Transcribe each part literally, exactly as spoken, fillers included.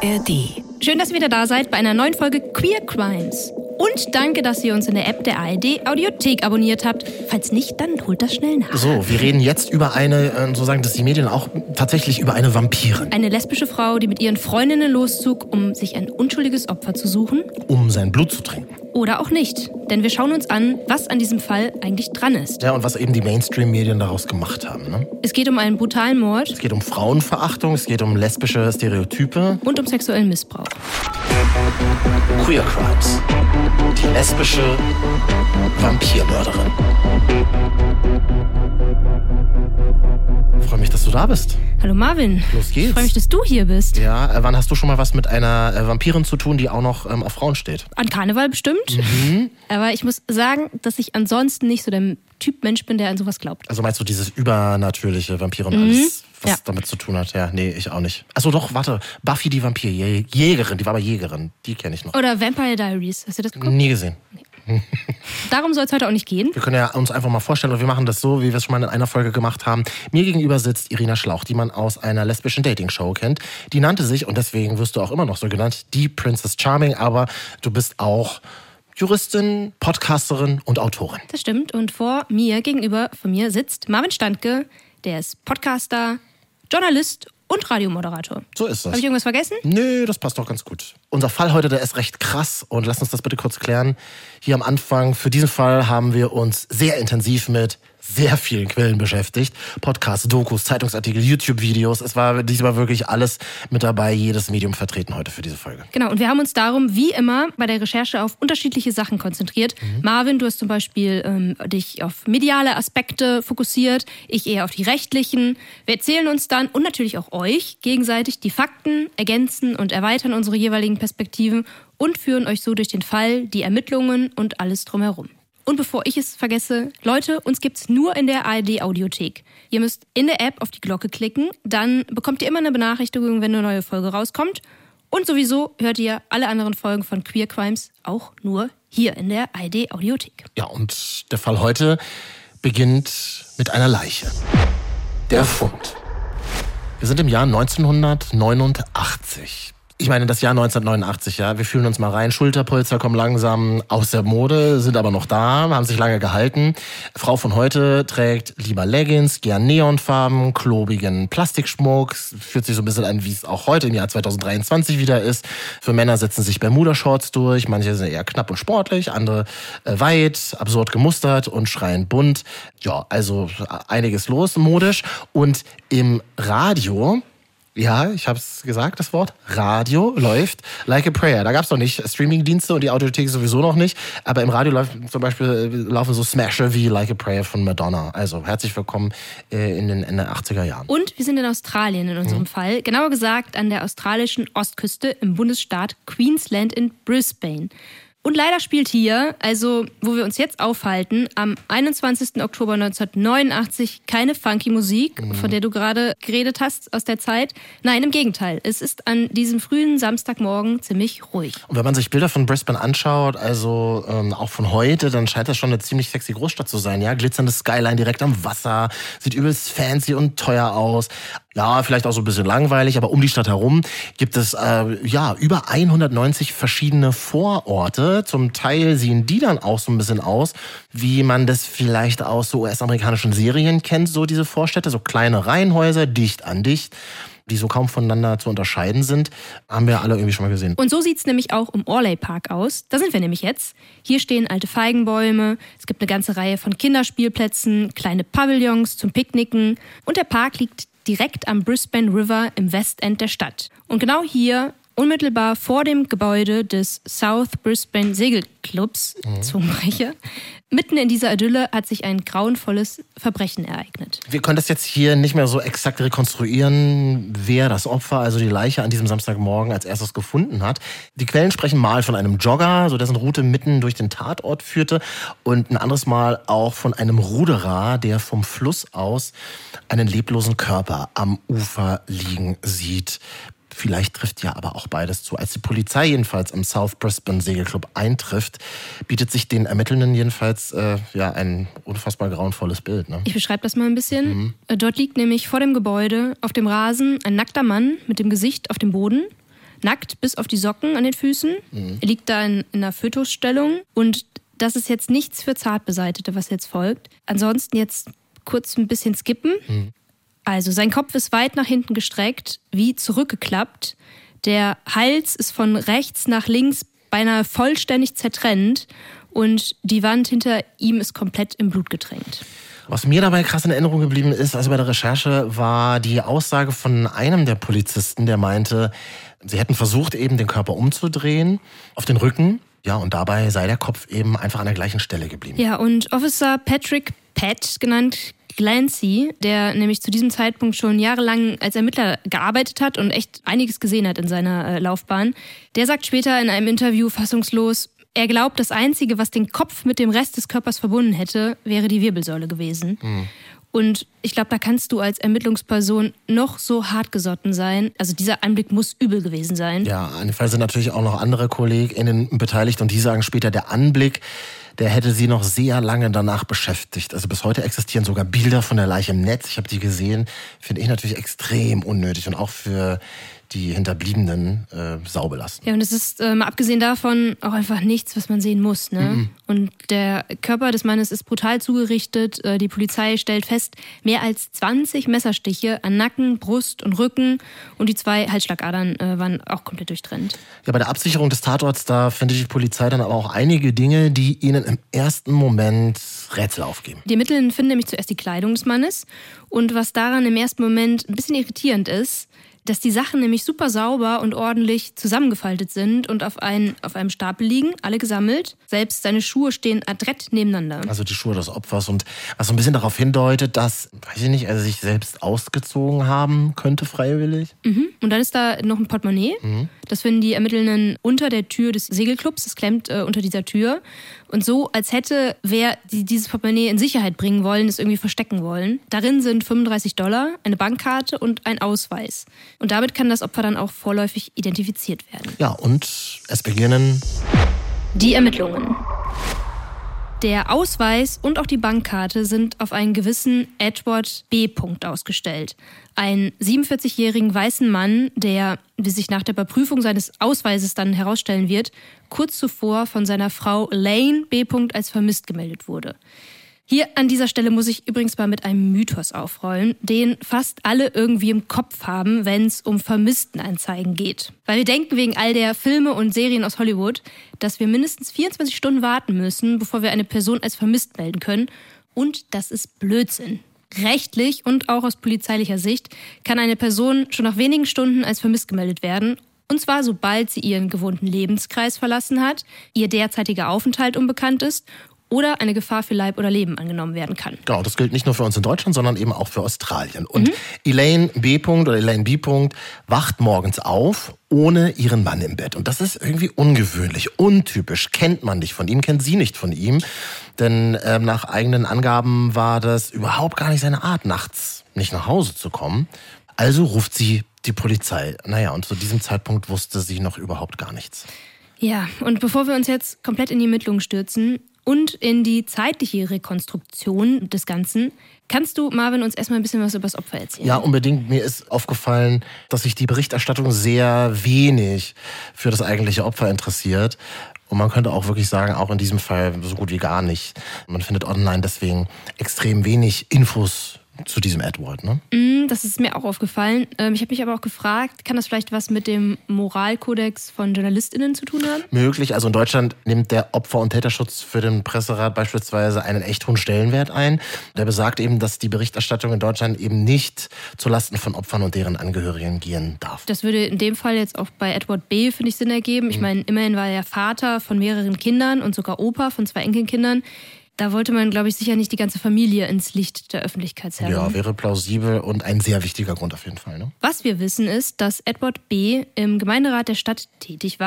A R D. Schön, dass ihr wieder da seid bei einer neuen Folge Queer Crimes. Und danke, dass ihr uns in der App der A R D Audiothek abonniert habt. Falls nicht, dann holt das schnell nach. So, wir reden jetzt über eine, so sagen das die Medien auch, tatsächlich über eine Vampirin. Eine lesbische Frau, die mit ihren Freundinnen loszog, um sich ein unschuldiges Opfer zu suchen. Um sein Blut zu trinken. Oder auch nicht. Denn wir schauen uns an, was an diesem Fall eigentlich dran ist. Ja, und was eben die Mainstream-Medien daraus gemacht haben. Ne? Es geht um einen brutalen Mord. Es geht um Frauenverachtung, es geht um lesbische Stereotype. Und um sexuellen Missbrauch. Queer Crimes. Die lesbische Vampirmörderin. Ich freue mich, dass du da bist. Hallo Marvin. Los geht's. Ich freue mich, dass du hier bist. Ja, äh, wann hast du schon mal was mit einer äh, Vampirin zu tun, die auch noch ähm, auf Frauen steht? An Karneval bestimmt. Mhm. Aber ich muss sagen, dass ich ansonsten nicht so der Typ Mensch bin, der an sowas glaubt. Also meinst du dieses übernatürliche Vampiren, Mhm. alles, was Ja. damit zu tun hat? Ja, nee, ich auch nicht. Achso, doch, warte. Buffy die Vampirjägerin, die war aber Jägerin. Die kenne ich noch. Oder Vampire Diaries. Hast du das geguckt? Nie gesehen. Darum soll es heute auch nicht gehen. Wir können ja uns einfach mal vorstellen, und wir machen das so, wie wir es schon mal in einer Folge gemacht haben. Mir gegenüber sitzt Irina Schlauch, die man aus einer lesbischen Dating-Show kennt. Die nannte sich, und deswegen wirst du auch immer noch so genannt, die Princess Charming, aber du bist auch Juristin, Podcasterin und Autorin. Das stimmt. Und vor mir, gegenüber von mir, sitzt Marvin Standke. Der ist Podcaster, Journalist und Radiomoderator. So ist das. Habe ich irgendwas vergessen? Nö, das passt doch ganz gut. Unser Fall heute, der ist recht krass und lass uns das bitte kurz klären. Hier am Anfang, für diesen Fall haben wir uns sehr intensiv mit sehr vielen Quellen beschäftigt. Podcasts, Dokus, Zeitungsartikel, YouTube-Videos. Es war diesmal wirklich alles mit dabei, jedes Medium vertreten heute für diese Folge. Genau, und wir haben uns darum, wie immer, bei der Recherche auf unterschiedliche Sachen konzentriert. Mhm. Marvin, du hast zum Beispiel ähm, dich auf mediale Aspekte fokussiert, ich eher auf die rechtlichen. Wir erzählen uns dann und natürlich auch euch gegenseitig die Fakten, ergänzen und erweitern unsere jeweiligen Perspektiven und führen euch so durch den Fall, die Ermittlungen und alles drumherum. Und bevor ich es vergesse, Leute, uns gibt's nur in der A R D Audiothek. Ihr müsst in der App auf die Glocke klicken, dann bekommt ihr immer eine Benachrichtigung, wenn eine neue Folge rauskommt. Und sowieso hört ihr alle anderen Folgen von Queer Crimes auch nur hier in der A R D Audiothek. Ja, und der Fall heute beginnt mit einer Leiche. Der Fund. Wir sind im Jahr neunzehnhundertneunundachtzig. Ich meine, das Jahr neunzehnhundertneunundachtzig, ja, wir fühlen uns mal rein. Schulterpolster kommen langsam aus der Mode, sind aber noch da, haben sich lange gehalten. Frau von heute trägt lieber Leggings, gern Neonfarben, klobigen Plastikschmuck. Fühlt sich so ein bisschen an, wie es auch heute im Jahr zweitausenddreiundzwanzig wieder ist. Für Männer setzen sich Bermuda-Shorts durch. Manche sind eher knapp und sportlich, andere äh, weit, absurd gemustert und schreien bunt. Ja, also einiges los modisch. Und im Radio... Ja, ich hab's gesagt, das Wort. Radio läuft Like a Prayer. Da gab's noch nicht Streamingdienste und die Audiothek sowieso noch nicht. Aber im Radio läuft zum Beispiel laufen so Smasher wie Like a Prayer von Madonna. Also herzlich willkommen äh, in den Ende achtziger Jahren. Und wir sind in Australien in unserem mhm. Fall. Genauer gesagt an der australischen Ostküste im Bundesstaat Queensland in Brisbane. Und leider spielt hier, also wo wir uns jetzt aufhalten, am einundzwanzigsten Oktober neunzehnhundertneunundachtzig keine funky Musik, mhm. von der du gerade geredet hast aus der Zeit. Nein, im Gegenteil. Es ist an diesem frühen Samstagmorgen ziemlich ruhig. Und wenn man sich Bilder von Brisbane anschaut, also ähm, auch von heute, dann scheint das schon eine ziemlich sexy Großstadt zu sein. Ja, glitzernde Skyline direkt am Wasser, sieht übelst fancy und teuer aus. Ja, vielleicht auch so ein bisschen langweilig, aber um die Stadt herum gibt es äh, ja über hundertneunzig verschiedene Vororte. Zum Teil sehen die dann auch so ein bisschen aus, wie man das vielleicht aus so U S-amerikanischen Serien kennt, so diese Vorstädte, so kleine Reihenhäuser, dicht an dicht, die so kaum voneinander zu unterscheiden sind, haben wir alle irgendwie schon mal gesehen. Und so sieht's nämlich auch im Orley Park aus. Da sind wir nämlich jetzt. Hier stehen alte Feigenbäume, es gibt eine ganze Reihe von Kinderspielplätzen, kleine Pavillons zum Picknicken und der Park liegt direkt am Brisbane River im Westend der Stadt. Und genau hier, unmittelbar vor dem Gebäude des South Brisbane Segelclubs, mhm. Zungenbrecher, mitten in dieser Idylle hat sich ein grauenvolles Verbrechen ereignet. Wir können das jetzt hier nicht mehr so exakt rekonstruieren, wer das Opfer, also die Leiche, an diesem Samstagmorgen als erstes gefunden hat. Die Quellen sprechen mal von einem Jogger, so dessen Route mitten durch den Tatort führte, und ein anderes Mal auch von einem Ruderer, der vom Fluss aus einen leblosen Körper am Ufer liegen sieht. Vielleicht trifft ja aber auch beides zu. Als die Polizei jedenfalls am South Brisbane Segelclub eintrifft, bietet sich den Ermittelnden jedenfalls äh, ja, ein unfassbar grauenvolles Bild. Ne? Ich beschreibe das mal ein bisschen. Mhm. Dort liegt nämlich vor dem Gebäude auf dem Rasen ein nackter Mann mit dem Gesicht auf dem Boden. nackt bis auf die Socken an den Füßen. Mhm. Er liegt da in, in einer Fötusstellung und das ist jetzt nichts für Zartbeseitete, was jetzt folgt. Ansonsten jetzt kurz ein bisschen skippen. Mhm. Also sein Kopf ist weit nach hinten gestreckt, wie zurückgeklappt. Der Hals ist von rechts nach links beinahe vollständig zertrennt und die Wand hinter ihm ist komplett im Blut getränkt. Was mir dabei krass in Erinnerung geblieben ist, also bei der Recherche, war die Aussage von einem der Polizisten, der meinte, sie hätten versucht, eben den Körper umzudrehen auf den Rücken. Ja, und dabei sei der Kopf eben einfach an der gleichen Stelle geblieben. Ja, und Officer Patrick Pat, genannt Glancy, der nämlich zu diesem Zeitpunkt schon jahrelang als Ermittler gearbeitet hat und echt einiges gesehen hat in seiner äh, Laufbahn, der sagt später in einem Interview fassungslos, er glaubt, das Einzige, was den Kopf mit dem Rest des Körpers verbunden hätte, wäre die Wirbelsäule gewesen. Mhm. Und ich glaube, da kannst du als Ermittlungsperson noch so hartgesotten sein. Also dieser Anblick muss übel gewesen sein. Ja, an dem Fall sind natürlich auch noch andere KollegInnen beteiligt und die sagen später, der Anblick, der hätte sie noch sehr lange danach beschäftigt. Also bis heute existieren sogar Bilder von der Leiche im Netz. Ich habe die gesehen. Finde ich natürlich extrem unnötig und auch für die Hinterbliebenen äh, saubelastend. Ja, und es ist äh, mal abgesehen davon auch einfach nichts, was man sehen muss. Ne? Mhm. Und der Körper des Mannes ist brutal zugerichtet. Äh, die Polizei stellt fest, mehr als zwanzig Messerstiche an Nacken, Brust und Rücken und die zwei Halsschlagadern äh, waren auch komplett durchtrennt. Ja, bei der Absicherung des Tatorts, da findet die Polizei dann aber auch einige Dinge, die ihnen im ersten Moment Rätsel aufgeben. Die Ermittler finden nämlich zuerst die Kleidung des Mannes und was daran im ersten Moment ein bisschen irritierend ist, dass die Sachen nämlich super sauber und ordentlich zusammengefaltet sind und auf, ein, auf einem Stapel liegen, alle gesammelt. Selbst seine Schuhe stehen adrett nebeneinander. Also die Schuhe des Opfers und was so ein bisschen darauf hindeutet, dass, weiß ich nicht, er sich selbst ausgezogen haben könnte freiwillig. Mhm. Und dann ist da noch ein Portemonnaie. Mhm. Das finden die Ermittelnden unter der Tür des Segelclubs. Das klemmt äh, unter dieser Tür. Und so, als hätte wer die, dieses Portemonnaie in Sicherheit bringen wollen, es irgendwie verstecken wollen. Darin sind fünfunddreißig Dollar, eine Bankkarte und ein Ausweis. Und damit kann das Opfer dann auch vorläufig identifiziert werden. Ja, und es beginnen die Ermittlungen. Der Ausweis und auch die Bankkarte sind auf einen gewissen Edward B. ausgestellt. Ein siebenundvierzigjährigen weißen Mann, der, wie sich nach der Überprüfung seines Ausweises dann herausstellen wird, kurz zuvor von seiner Frau Elaine B. als vermisst gemeldet wurde. Hier an dieser Stelle muss ich übrigens mal mit einem Mythos aufrollen, den fast alle irgendwie im Kopf haben, wenn es um Vermisstenanzeigen geht. Weil wir denken wegen all der Filme und Serien aus Hollywood, dass wir mindestens vierundzwanzig Stunden warten müssen, bevor wir eine Person als vermisst melden können. Und das ist Blödsinn. Rechtlich und auch aus polizeilicher Sicht kann eine Person schon nach wenigen Stunden als vermisst gemeldet werden. Und zwar sobald sie ihren gewohnten Lebenskreis verlassen hat, ihr derzeitiger Aufenthalt unbekannt ist oder eine Gefahr für Leib oder Leben angenommen werden kann. Genau, das gilt nicht nur für uns in Deutschland, sondern eben auch für Australien. Und mhm. Elaine B. oder Elaine B. wacht morgens auf ohne ihren Mann im Bett. Und das ist irgendwie ungewöhnlich, untypisch. Kennt man nicht von ihm, kennt sie nicht von ihm. Denn ähm, nach eigenen Angaben war das überhaupt gar nicht seine Art, nachts nicht nach Hause zu kommen. Also ruft sie die Polizei. Naja, und zu diesem Zeitpunkt wusste sie noch überhaupt gar nichts. Ja, und bevor wir uns jetzt komplett in die Ermittlungen stürzen und in die zeitliche Rekonstruktion des Ganzen, kannst du, Marvin, uns erstmal ein bisschen was über das Opfer erzählen? Ja, unbedingt. Mir ist aufgefallen, dass sich die Berichterstattung sehr wenig für das eigentliche Opfer interessiert. Und man könnte auch wirklich sagen, auch in diesem Fall so gut wie gar nicht. Man findet online deswegen extrem wenig Infos zu diesem Edward, ne? Mm, das ist mir auch aufgefallen. Ähm, ich habe mich aber auch gefragt, kann das vielleicht was mit dem Moralkodex von JournalistInnen zu tun haben? Möglich. Also in Deutschland nimmt der Opfer- und Täterschutz für den Presserat beispielsweise einen echt hohen Stellenwert ein. Der besagt eben, dass die Berichterstattung in Deutschland eben nicht zulasten von Opfern und deren Angehörigen gehen darf. Das würde in dem Fall jetzt auch bei Edward B., finde ich, Sinn ergeben. Ich meine, immerhin war er Vater von mehreren Kindern und sogar Opa von zwei Enkelkindern. Da wollte man, glaube ich, sicher nicht die ganze Familie ins Licht der Öffentlichkeit zerren. Ja, wäre plausibel und ein sehr wichtiger Grund auf jeden Fall. Ne? Was wir wissen ist, dass Edward B. im Gemeinderat der Stadt tätig war.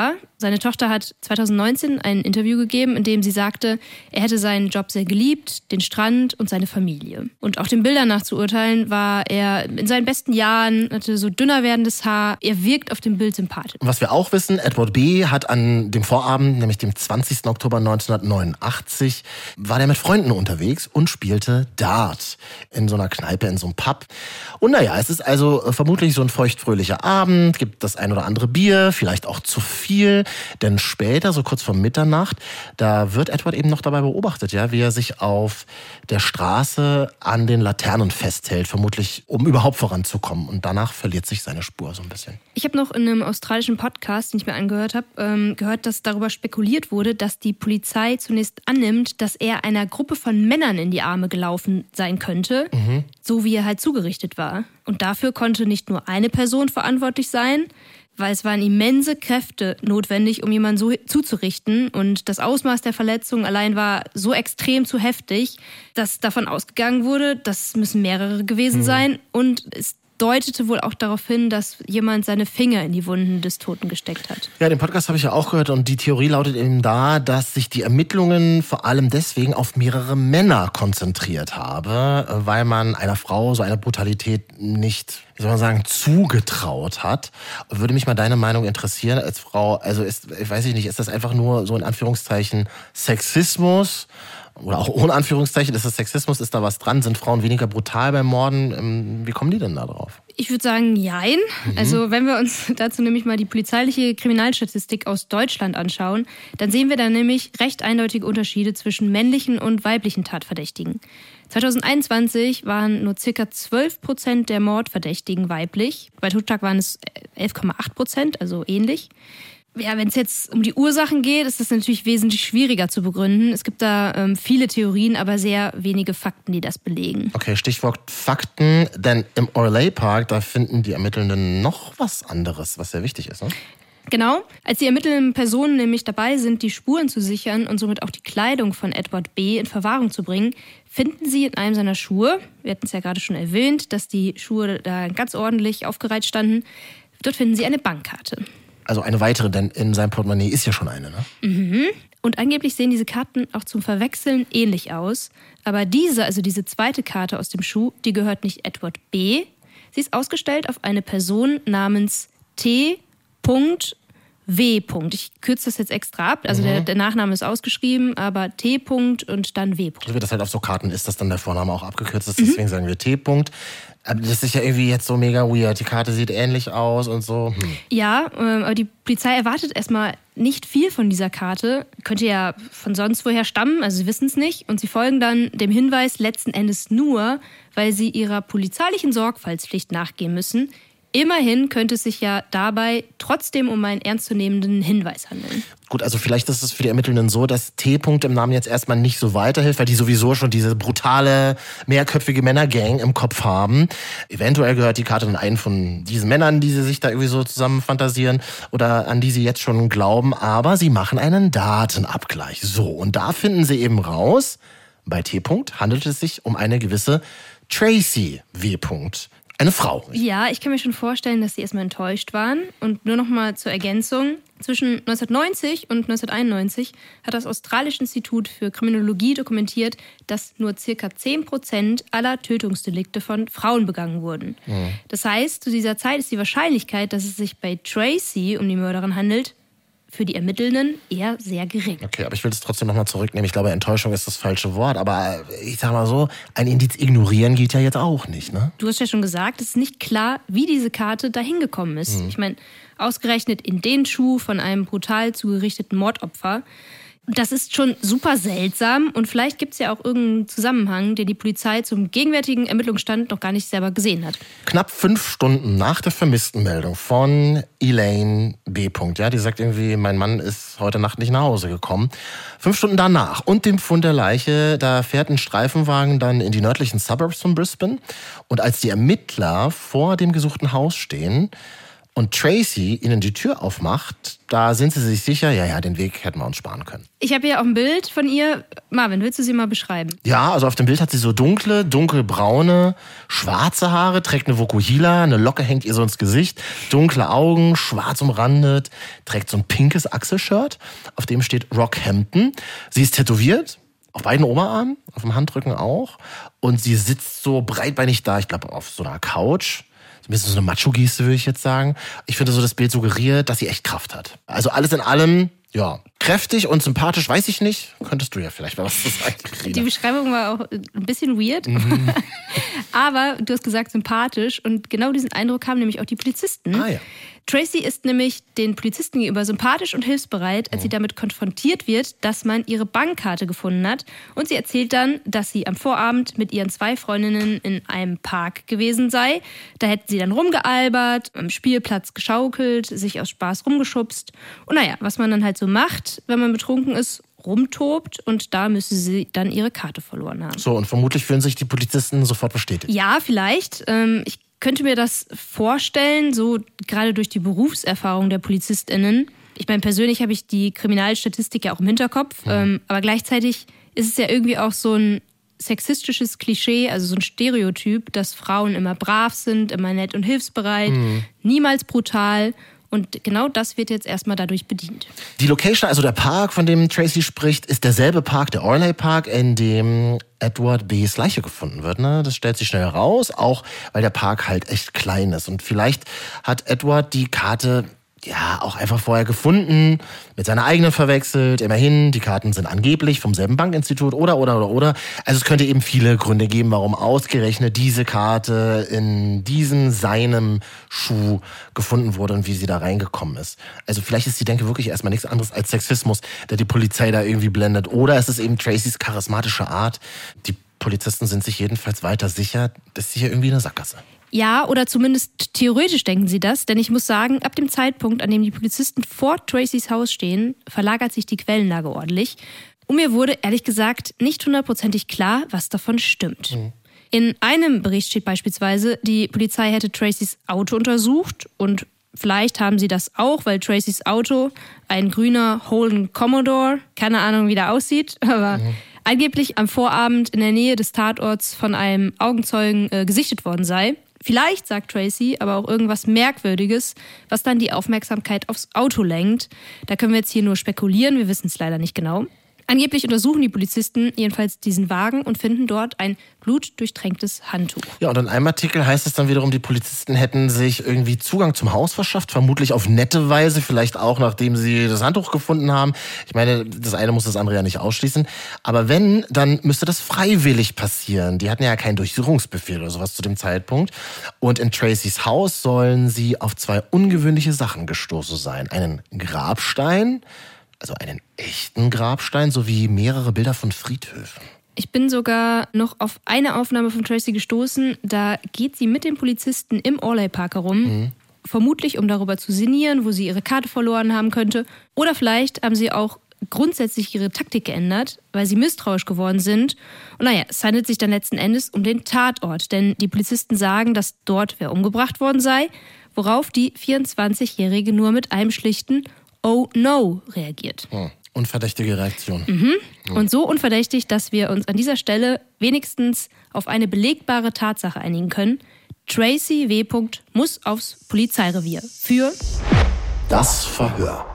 Seine Tochter hat zweitausendneunzehn ein Interview gegeben, in dem sie sagte, er hätte seinen Job sehr geliebt, den Strand und seine Familie. Und auch den Bildern nach zu urteilen, war er in seinen besten Jahren, hatte so dünner werdendes Haar. Er wirkt auf dem Bild sympathisch. Was wir auch wissen, Edward B. hat an dem Vorabend, nämlich dem zwanzigsten Oktober neunzehnhundertneunundachtzig, war der mit Freunden unterwegs und spielte Dart in so einer Kneipe, in so einem Pub. Und naja, es ist also vermutlich so ein feuchtfröhlicher Abend, gibt das ein oder andere Bier, vielleicht auch zu viel. Denn später, so kurz vor Mitternacht, da wird Edward eben noch dabei beobachtet, ja, wie er sich auf der Straße an den Laternen festhält, vermutlich um überhaupt voranzukommen. Und danach verliert sich seine Spur so ein bisschen. Ich habe noch in einem australischen Podcast, den ich mir angehört habe, ähm, gehört, dass darüber spekuliert wurde, dass die Polizei zunächst annimmt, dass er einer Gruppe von Männern in die Arme gelaufen sein könnte, mhm. so wie er halt zugerichtet war. Und dafür konnte nicht nur eine Person verantwortlich sein, weil es waren immense Kräfte notwendig, um jemanden so zuzurichten. Und das Ausmaß der Verletzung allein war so extrem zu heftig, dass davon ausgegangen wurde, das müssen mehrere gewesen mhm. sein. Und es deutete wohl auch darauf hin, dass jemand seine Finger in die Wunden des Toten gesteckt hat. Ja, den Podcast habe ich ja auch gehört und die Theorie lautet eben da, dass sich die Ermittlungen vor allem deswegen auf mehrere Männer konzentriert habe, weil man einer Frau so eine Brutalität nicht, wie soll man sagen, zugetraut hat. Würde mich mal deine Meinung interessieren als Frau. Also ist, ich weiß nicht, ist das einfach nur so in Anführungszeichen Sexismus? Oder auch ohne Anführungszeichen, ist das Sexismus, ist da was dran? Sind Frauen weniger brutal beim Morden? Wie kommen die denn da drauf? Ich würde sagen, jein. Mhm. Also wenn wir uns dazu nämlich mal die polizeiliche Kriminalstatistik aus Deutschland anschauen, dann sehen wir da nämlich recht eindeutige Unterschiede zwischen männlichen und weiblichen Tatverdächtigen. zweitausendeinundzwanzig waren nur ca. zwölf Prozent der Mordverdächtigen weiblich. Bei Totschlag waren es elf Komma acht Prozent, also ähnlich. Ja, wenn es jetzt um die Ursachen geht, ist das natürlich wesentlich schwieriger zu begründen. Es gibt da ähm, viele Theorien, aber sehr wenige Fakten, die das belegen. Okay, Stichwort Fakten, denn im Orley Park, da finden die Ermittelnden noch was anderes, was sehr wichtig ist, ne? Genau, als die ermittelnden Personen nämlich dabei sind, die Spuren zu sichern und somit auch die Kleidung von Edward B. in Verwahrung zu bringen, finden sie in einem seiner Schuhe, wir hatten es ja gerade schon erwähnt, dass die Schuhe da ganz ordentlich aufgereiht standen, dort finden sie eine Bankkarte. Also eine weitere, denn in seinem Portemonnaie ist ja schon eine, ne? Mhm. Und angeblich sehen diese Karten auch zum Verwechseln ähnlich aus. Aber diese, also diese zweite Karte aus dem Schuh, die gehört nicht Edward B. Sie ist ausgestellt auf eine Person namens T. W. Ich kürze das jetzt extra ab. Also mhm. der, der Nachname ist ausgeschrieben, aber T. und dann W. So wie das halt auf so Karten ist, dass dann der Vorname auch abgekürzt ist. Deswegen mhm. sagen wir T. Aber das ist ja irgendwie jetzt so mega weird. Die Karte sieht ähnlich aus und so. Hm. Ja, aber die Polizei erwartet erstmal nicht viel von dieser Karte. Könnte ja von sonst woher stammen, also sie wissen es nicht. Und sie folgen dann dem Hinweis letzten Endes nur, weil sie ihrer polizeilichen Sorgfaltspflicht nachgehen müssen. Immerhin könnte es sich ja dabei trotzdem um einen ernstzunehmenden Hinweis handeln. Gut, also vielleicht ist es für die Ermittelnden so, dass T. im Namen jetzt erstmal nicht so weiterhilft, weil die sowieso schon diese brutale, mehrköpfige Männergang im Kopf haben. Eventuell gehört die Karte dann einen von diesen Männern, die sie sich da irgendwie so zusammen fantasieren oder an die sie jetzt schon glauben. Aber sie machen einen Datenabgleich. So, und da finden sie eben raus, bei T. handelt es sich um eine gewisse Tracy W. Eine Frau. Ja, ich kann mir schon vorstellen, dass sie erstmal enttäuscht waren. Und nur noch mal zur Ergänzung. Zwischen neunzehnhundertneunzig und neunzehnhunderteinundneunzig hat das Australische Institut für Kriminologie dokumentiert, dass nur circa zehn Prozent aller Tötungsdelikte von Frauen begangen wurden. Mhm. Das heißt, zu dieser Zeit ist die Wahrscheinlichkeit, dass es sich bei Tracy um die Mörderin handelt, für die Ermittelnden eher sehr gering. Okay, aber ich will das trotzdem nochmal zurücknehmen. Ich glaube, Enttäuschung ist das falsche Wort. Aber ich sag mal so, ein Indiz ignorieren geht ja jetzt auch nicht, ne? Du hast ja schon gesagt, es ist nicht klar, wie diese Karte dahin gekommen ist. Mhm. Ich meine, ausgerechnet in den Schuh von einem brutal zugerichteten Mordopfer. Das ist schon super seltsam und vielleicht gibt es ja auch irgendeinen Zusammenhang, den die Polizei zum gegenwärtigen Ermittlungsstand noch gar nicht selber gesehen hat. Knapp fünf Stunden nach der Vermisstenmeldung von Elaine B. Ja, die sagt irgendwie, mein Mann ist heute Nacht nicht nach Hause gekommen. Fünf Stunden danach und dem Fund der Leiche, da fährt ein Streifenwagen dann in die nördlichen Suburbs von Brisbane. Und als die Ermittler vor dem gesuchten Haus stehen, und Tracy ihnen die Tür aufmacht, da sind sie sich sicher, ja, ja, den Weg hätten wir uns sparen können. Ich habe hier auch ein Bild von ihr. Marvin, willst du sie mal beschreiben? Ja, also auf dem Bild hat sie so dunkle, dunkelbraune, schwarze Haare, trägt eine Vokuhila, eine Locke hängt ihr so ins Gesicht, dunkle Augen, schwarz umrandet, trägt so ein pinkes Achselshirt, auf dem steht Rockhampton. Sie ist tätowiert, auf beiden Oberarmen, auf dem Handrücken auch, und sie sitzt so breitbeinig da, ich glaube auf so einer Couch. Ein bisschen so eine Macho-Geste, würde ich jetzt sagen. Ich finde so, das Bild suggeriert, dass sie echt Kraft hat. Also alles in allem, ja, kräftig und sympathisch, weiß ich nicht. Könntest du ja vielleicht mal was zu sagen, Carina. Die Beschreibung war auch ein bisschen weird. Mhm. Aber du hast gesagt sympathisch, und genau diesen Eindruck haben nämlich auch die Polizisten. Ah ja. Tracy ist nämlich den Polizisten gegenüber sympathisch und hilfsbereit, als sie damit konfrontiert wird, dass man ihre Bankkarte gefunden hat. Und sie erzählt dann, dass sie am Vorabend mit ihren zwei Freundinnen in einem Park gewesen sei. Da hätten sie dann rumgealbert, am Spielplatz geschaukelt, sich aus Spaß rumgeschubst. Und naja, was man dann halt so macht, wenn man betrunken ist, rumtobt, und da müsse sie dann ihre Karte verloren haben. So, und vermutlich fühlen sich die Polizisten sofort bestätigt. Ja, vielleicht. Ähm, ich könnte mir das vorstellen, so gerade durch die Berufserfahrung der PolizistInnen. Ich meine, persönlich habe ich die Kriminalstatistik ja auch im Hinterkopf, ja. ähm, aber gleichzeitig ist es ja irgendwie auch so ein sexistisches Klischee, also so ein Stereotyp, dass Frauen immer brav sind, immer nett und hilfsbereit, mhm. niemals brutal. Und genau das wird jetzt erstmal dadurch bedient. Die Location, also der Park, von dem Tracy spricht, ist derselbe Park, der Orley Park, in dem Edward B.'s Leiche gefunden wird. Ne? Das stellt sich schnell raus, auch weil der Park halt echt klein ist. Und vielleicht hat Edward die Karte ja auch einfach vorher gefunden, mit seiner eigenen verwechselt. Immerhin, die Karten sind angeblich vom selben Bankinstitut oder, oder, oder, oder. Also es könnte eben viele Gründe geben, warum ausgerechnet diese Karte in diesem, seinem Schuh gefunden wurde und wie sie da reingekommen ist. Also vielleicht ist die Denke wirklich erstmal nichts anderes als Sexismus, der die Polizei da irgendwie blendet. Oder es ist eben Tracys charismatische Art. Die Polizisten sind sich jedenfalls weiter sicher, das ist hier irgendwie eine Sackgasse. Ja, oder zumindest theoretisch denken sie das, denn ich muss sagen, ab dem Zeitpunkt, an dem die Polizisten vor Tracys Haus stehen, verlagert sich die Quellenlage ordentlich. Und mir wurde, ehrlich gesagt, nicht hundertprozentig klar, was davon stimmt. Mhm. In einem Bericht steht beispielsweise, die Polizei hätte Tracys Auto untersucht, und vielleicht haben sie das auch, weil Tracys Auto, ein grüner Holden Commodore, keine Ahnung, wie der aussieht, aber mhm. angeblich am Vorabend in der Nähe des Tatorts von einem Augenzeugen äh, gesichtet worden sei. Vielleicht sagt Tracy aber auch irgendwas Merkwürdiges, was dann die Aufmerksamkeit aufs Auto lenkt. Da können wir jetzt hier nur spekulieren, wir wissen es leider nicht genau. Angeblich untersuchen die Polizisten jedenfalls diesen Wagen und finden dort ein blutdurchtränktes Handtuch. Ja, und in einem Artikel heißt es dann wiederum, die Polizisten hätten sich irgendwie Zugang zum Haus verschafft, vermutlich auf nette Weise, vielleicht auch nachdem sie das Handtuch gefunden haben. Ich meine, das eine muss das andere ja nicht ausschließen. Aber wenn, dann müsste das freiwillig passieren. Die hatten ja keinen Durchsuchungsbefehl oder sowas zu dem Zeitpunkt. Und in Tracys Haus sollen sie auf zwei ungewöhnliche Sachen gestoßen sein. Einen Grabstein, also einen echten Grabstein, sowie mehrere Bilder von Friedhöfen. Ich bin sogar noch auf eine Aufnahme von Tracy gestoßen. Da geht sie mit den Polizisten im Orley Park herum. Mhm. Vermutlich, um darüber zu sinnieren, wo sie ihre Karte verloren haben könnte. Oder vielleicht haben sie auch grundsätzlich ihre Taktik geändert, weil sie misstrauisch geworden sind. Und naja, es handelt sich dann letzten Endes um den Tatort. Denn die Polizisten sagen, dass dort wer umgebracht worden sei, worauf die vierundzwanzigjährige nur mit einem schlichten Oh no reagiert. Hm. Unverdächtige Reaktion. Mhm. Hm. Und so unverdächtig, dass wir uns an dieser Stelle wenigstens auf eine belegbare Tatsache einigen können. Tracy W. muss aufs Polizeirevier für das Verhör.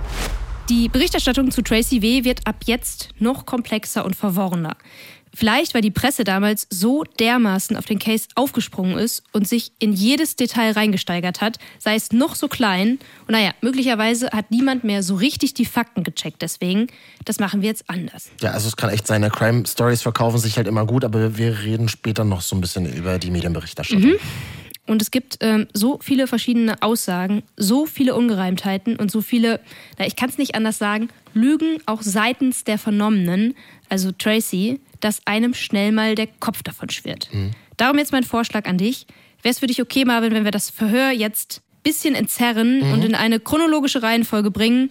Die Berichterstattung zu Tracy W. wird ab jetzt noch komplexer und verworrener. Vielleicht, weil die Presse damals so dermaßen auf den Case aufgesprungen ist und sich in jedes Detail reingesteigert hat, sei es noch so klein. Und naja, möglicherweise hat niemand mehr so richtig die Fakten gecheckt. Deswegen, das machen wir jetzt anders. Ja, also es kann echt sein, Crime Stories verkaufen sich halt immer gut, aber wir reden später noch so ein bisschen über die Medienberichterstattung. Mhm. Und es gibt ähm, so viele verschiedene Aussagen, so viele Ungereimtheiten und so viele, na, ich kann es nicht anders sagen, Lügen auch seitens der Vernommenen, also Tracy, dass einem schnell mal der Kopf davon schwirrt. Mhm. Darum jetzt mein Vorschlag an dich. Wäre es für dich okay, Marvin, wenn wir das Verhör jetzt ein bisschen entzerren mhm. und in eine chronologische Reihenfolge bringen,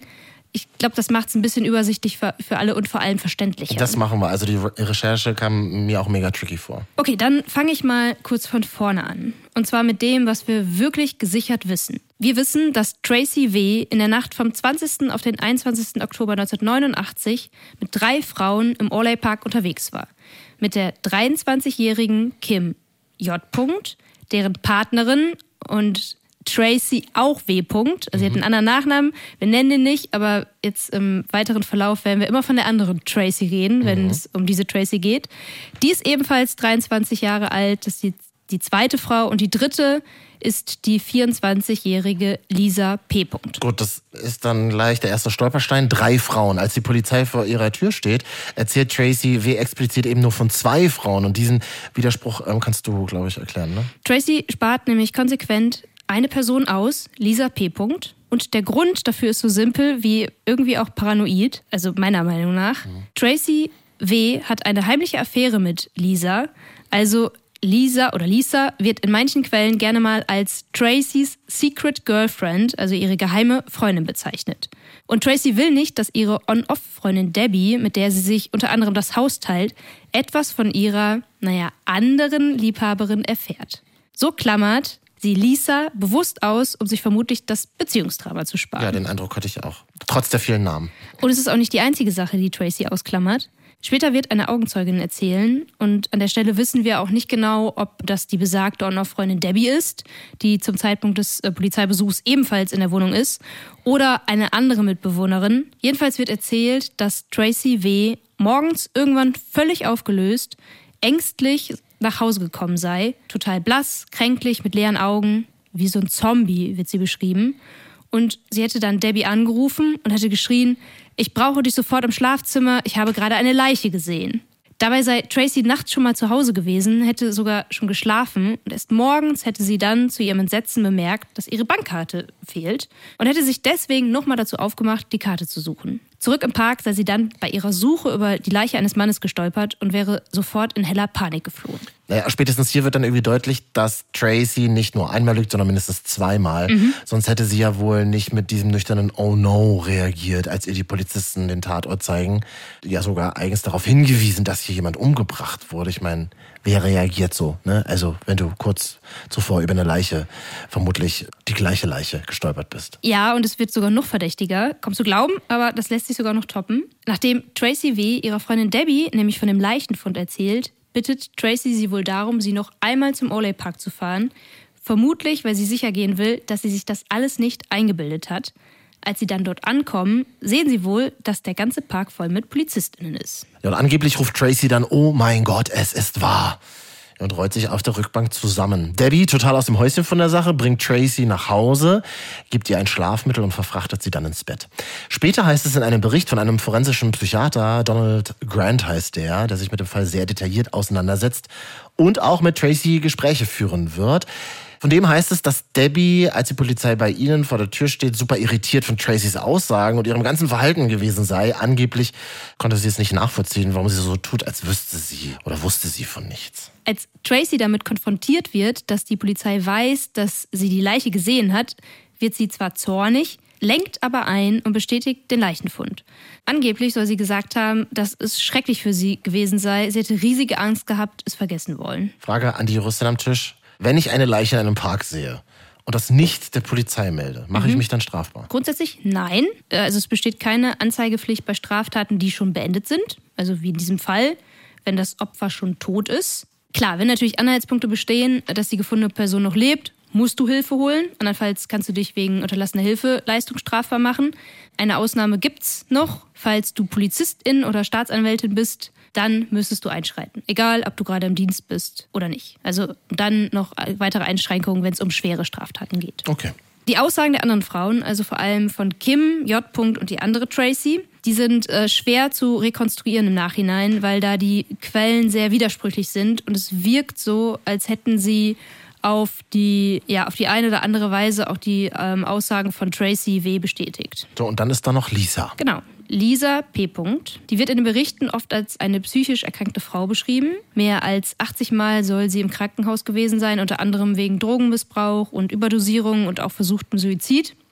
Ich glaube, das macht es ein bisschen übersichtlich für, für alle und vor allem verständlicher. Das machen wir. Also die Re- Recherche kam mir auch mega tricky vor. Okay, dann fange ich mal kurz von vorne an. Und zwar mit dem, was wir wirklich gesichert wissen. Wir wissen, dass Tracy W. in der Nacht vom zwanzigsten auf den einundzwanzigsten Oktober neunzehnhundertneunundachtzig mit drei Frauen im Orley Park unterwegs war. Mit der dreiundzwanzigjährigen Kim J. deren Partnerin und Tracy auch W. Also sie hat einen anderen Nachnamen, wir nennen den nicht, aber jetzt im weiteren Verlauf werden wir immer von der anderen Tracy reden, wenn mhm. es um diese Tracy geht. Die ist ebenfalls dreiundzwanzig Jahre alt, das ist die, die zweite Frau und die dritte ist die vierundzwanzigjährige Lisa P. Gut, das ist dann gleich der erste Stolperstein. Drei Frauen. Als die Polizei vor ihrer Tür steht, erzählt Tracy W. explizit eben nur von zwei Frauen. Und diesen Widerspruch ähm, kannst du, glaube ich, erklären, ne? Tracy spart nämlich konsequent eine Person aus, Lisa P. Und der Grund dafür ist so simpel wie irgendwie auch paranoid, also meiner Meinung nach. Mhm. Tracy W. hat eine heimliche Affäre mit Lisa, also Lisa oder Lisa wird in manchen Quellen gerne mal als Tracys Secret Girlfriend, also ihre geheime Freundin, bezeichnet. Und Tracy will nicht, dass ihre On-Off-Freundin Debbie, mit der sie sich unter anderem das Haus teilt, etwas von ihrer, naja, anderen Liebhaberin erfährt. So klammert sie Lisa bewusst aus, um sich vermutlich das Beziehungsdrama zu sparen. Ja, den Eindruck hatte ich auch. Trotz der vielen Namen. Und es ist auch nicht die einzige Sache, die Tracy ausklammert. Später wird eine Augenzeugin erzählen und an der Stelle wissen wir auch nicht genau, ob das die besagte On-Off-Freundin Debbie ist, die zum Zeitpunkt des äh, Polizeibesuchs ebenfalls in der Wohnung ist, oder eine andere Mitbewohnerin. Jedenfalls wird erzählt, dass Tracy W. morgens irgendwann völlig aufgelöst, ängstlich nach Hause gekommen sei, total blass, kränklich, mit leeren Augen, wie so ein Zombie wird sie beschrieben. Und sie hätte dann Debbie angerufen und hätte geschrien, ich brauche dich sofort im Schlafzimmer, ich habe gerade eine Leiche gesehen. Dabei sei Tracy nachts schon mal zu Hause gewesen, hätte sogar schon geschlafen und erst morgens hätte sie dann zu ihrem Entsetzen bemerkt, dass ihre Bankkarte fehlt und hätte sich deswegen nochmal dazu aufgemacht, die Karte zu suchen. Zurück im Park sei sie dann bei ihrer Suche über die Leiche eines Mannes gestolpert und wäre sofort in heller Panik geflohen. Naja, spätestens hier wird dann irgendwie deutlich, dass Tracy nicht nur einmal lügt, sondern mindestens zweimal. Mhm. Sonst hätte sie ja wohl nicht mit diesem nüchternen Oh no reagiert, als ihr die Polizisten den Tatort zeigen. Ja, sogar eigens darauf hingewiesen, dass hier jemand umgebracht wurde. Ich meine, wer reagiert so, ne? Also, wenn du kurz zuvor über eine Leiche, vermutlich die gleiche Leiche, gestolpert bist. Ja, und es wird sogar noch verdächtiger. Kommst du glauben, aber das lässt sich sogar noch toppen. Nachdem Tracy W. ihrer Freundin Debbie nämlich von dem Leichenfund erzählt, bittet Tracy sie wohl darum, sie noch einmal zum Orley Park zu fahren. Vermutlich, weil sie sicher gehen will, dass sie sich das alles nicht eingebildet hat. Als sie dann dort ankommen, sehen sie wohl, dass der ganze Park voll mit PolizistInnen ist. Ja, und angeblich ruft Tracy dann, oh mein Gott, es ist wahr. Und rollt sich auf der Rückbank zusammen. Debbie, total aus dem Häuschen von der Sache, bringt Tracy nach Hause, gibt ihr ein Schlafmittel und verfrachtet sie dann ins Bett. Später heißt es in einem Bericht von einem forensischen Psychiater, Donald Grant heißt der, der sich mit dem Fall sehr detailliert auseinandersetzt und auch mit Tracy Gespräche führen wird. Von dem heißt es, dass Debbie, als die Polizei bei ihnen vor der Tür steht, super irritiert von Tracys Aussagen und ihrem ganzen Verhalten gewesen sei. Angeblich konnte sie es nicht nachvollziehen, warum sie so tut, als wüsste sie oder wusste sie von nichts. Als Tracy damit konfrontiert wird, dass die Polizei weiß, dass sie die Leiche gesehen hat, wird sie zwar zornig, lenkt aber ein und bestätigt den Leichenfund. Angeblich soll sie gesagt haben, dass es schrecklich für sie gewesen sei. Sie hätte riesige Angst gehabt, es vergessen wollen. Frage an die Juristin am Tisch. Wenn ich eine Leiche in einem Park sehe und das nicht der Polizei melde, mache mhm. ich mich dann strafbar? Grundsätzlich nein. Also es besteht keine Anzeigepflicht bei Straftaten, die schon beendet sind. Also wie in diesem Fall, wenn das Opfer schon tot ist. Klar, wenn natürlich Anhaltspunkte bestehen, dass die gefundene Person noch lebt, musst du Hilfe holen. Andernfalls kannst du dich wegen unterlassener Hilfeleistung strafbar machen. Eine Ausnahme gibt's noch, falls du Polizistin oder Staatsanwältin bist, dann müsstest du einschreiten. Egal, ob du gerade im Dienst bist oder nicht. Also dann noch weitere Einschränkungen, wenn es um schwere Straftaten geht. Okay. Die Aussagen der anderen Frauen, also vor allem von Kim, J. und die andere Tracy, die sind äh, schwer zu rekonstruieren im Nachhinein, weil da die Quellen sehr widersprüchlich sind und es wirkt so, als hätten sie auf die, ja, auf die eine oder andere Weise auch die ähm, Aussagen von Tracy W. bestätigt. So, und dann ist da noch Lisa. Genau. Lisa P. Die wird in den Berichten oft als eine psychisch erkrankte Frau beschrieben. Mehr als achtzig Mal soll sie im Krankenhaus gewesen sein, unter anderem wegen Drogenmissbrauch und Überdosierung und auch versuchtem Suizid.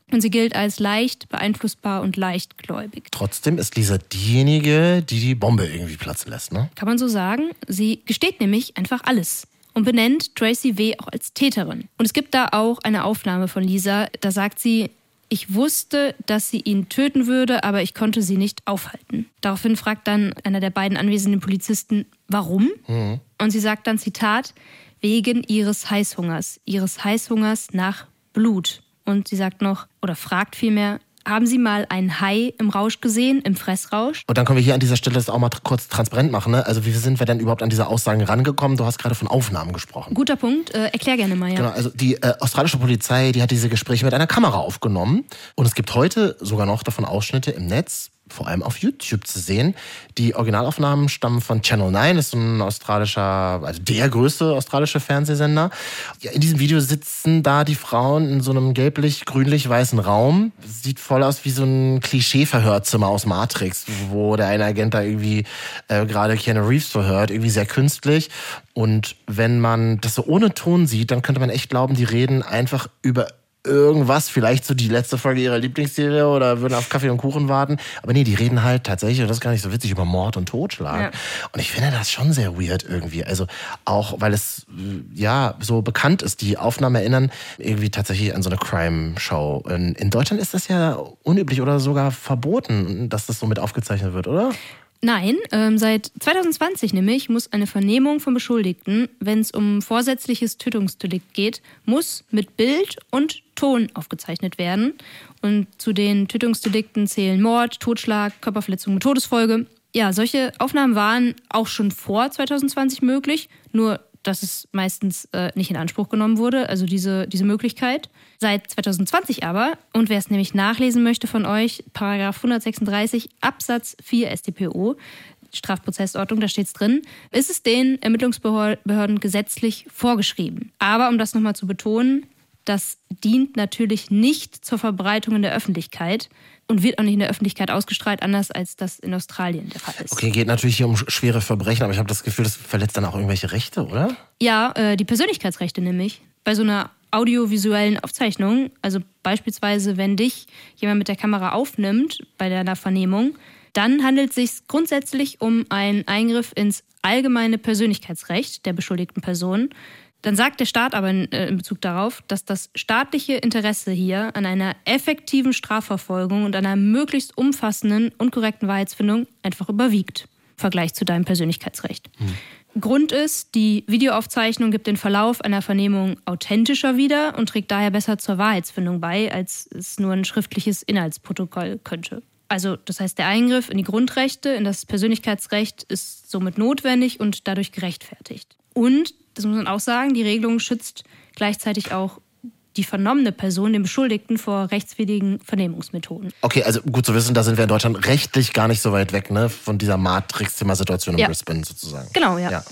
Und sie gilt als leicht beeinflussbar und leichtgläubig. Trotzdem ist Lisa diejenige, die die Bombe irgendwie platzen lässt, ne? Kann man so sagen. Sie gesteht nämlich einfach alles und benennt Tracy W. auch als Täterin. Und es gibt da auch eine Aufnahme von Lisa, da sagt sie: Ich wusste, dass sie ihn töten würde, aber ich konnte sie nicht aufhalten. Daraufhin fragt dann einer der beiden anwesenden Polizisten, warum? Mhm. Und sie sagt dann, Zitat, wegen ihres Heißhungers, ihres Heißhungers nach Blut. Und sie sagt noch, oder fragt vielmehr, haben Sie mal einen Hai im Rausch gesehen, im Fressrausch? Und dann können wir hier an dieser Stelle das auch mal kurz transparent machen, ne? Also wie sind wir denn überhaupt an diese Aussagen rangekommen? Du hast gerade von Aufnahmen gesprochen. Guter Punkt, äh, erklär gerne mal. Ja. Genau, also die äh, australische Polizei, die hat diese Gespräche mit einer Kamera aufgenommen. Und es gibt heute sogar noch davon Ausschnitte im Netz, vor allem auf YouTube zu sehen. Die Originalaufnahmen stammen von Channel neun, das ist ein australischer, also der größte australische Fernsehsender. Ja, in diesem Video sitzen da die Frauen in so einem gelblich-grünlich-weißen Raum. Sieht voll aus wie so ein Klischee-Verhörzimmer aus Matrix, wo der eine Agent da irgendwie äh, gerade Keanu Reeves verhört, irgendwie sehr künstlich. Und wenn man das so ohne Ton sieht, dann könnte man echt glauben, die reden einfach über irgendwas, vielleicht so die letzte Folge ihrer Lieblingsserie oder würden auf Kaffee und Kuchen warten. Aber nee, die reden halt tatsächlich, und das ist gar nicht so witzig, über Mord und Totschlag. Ja. Und ich finde das schon sehr weird irgendwie. Also auch, weil es ja so bekannt ist. Die Aufnahmen erinnern irgendwie tatsächlich an so eine Crime-Show. In, in Deutschland ist das ja unüblich oder sogar verboten, dass das so mit aufgezeichnet wird, oder? Nein, ähm, seit zwanzig zwanzig nämlich muss eine Vernehmung von Beschuldigten, wenn es um vorsätzliches Tötungsdelikt geht, muss mit Bild und Ton aufgezeichnet werden. Und zu den Tötungsdelikten zählen Mord, Totschlag, Körperverletzung mit Todesfolge. Ja, solche Aufnahmen waren auch schon vor zwanzig zwanzig möglich, nur dass es meistens äh, nicht in Anspruch genommen wurde, also diese, diese Möglichkeit. Seit zwanzig zwanzig aber, und wer es nämlich nachlesen möchte von euch, Paragraph hundertsechsunddreißig Absatz vier S t P O, Strafprozessordnung, da steht's drin, ist es den Ermittlungsbehörden gesetzlich vorgeschrieben. Aber um das nochmal zu betonen, das dient natürlich nicht zur Verbreitung in der Öffentlichkeit und wird auch nicht in der Öffentlichkeit ausgestrahlt, anders als das in Australien der Fall ist. Okay, geht natürlich hier um schwere Verbrechen, aber ich habe das Gefühl, das verletzt dann auch irgendwelche Rechte, oder? Ja, äh, die Persönlichkeitsrechte nämlich. Bei so einer audiovisuellen Aufzeichnung, also beispielsweise, wenn dich jemand mit der Kamera aufnimmt bei deiner Vernehmung, dann handelt es sich grundsätzlich um einen Eingriff ins allgemeine Persönlichkeitsrecht der beschuldigten Person. Dann sagt der Staat aber in, äh, in Bezug darauf, dass das staatliche Interesse hier an einer effektiven Strafverfolgung und einer möglichst umfassenden und korrekten Wahrheitsfindung einfach überwiegt im Vergleich zu deinem Persönlichkeitsrecht. Hm. Grund ist, die Videoaufzeichnung gibt den Verlauf einer Vernehmung authentischer wieder und trägt daher besser zur Wahrheitsfindung bei, als es nur ein schriftliches Inhaltsprotokoll könnte. Also das heißt, der Eingriff in die Grundrechte, in das Persönlichkeitsrecht ist somit notwendig und dadurch gerechtfertigt. Und, das muss man auch sagen, die Regelung schützt gleichzeitig auch die vernommene Person, den Beschuldigten, vor rechtswidrigen Vernehmungsmethoden. Okay, also gut zu wissen, da sind wir in Deutschland rechtlich gar nicht so weit weg, ne, von dieser Matrix-Zimmer-Situation in ja. Brisbane sozusagen. Genau, ja. ja.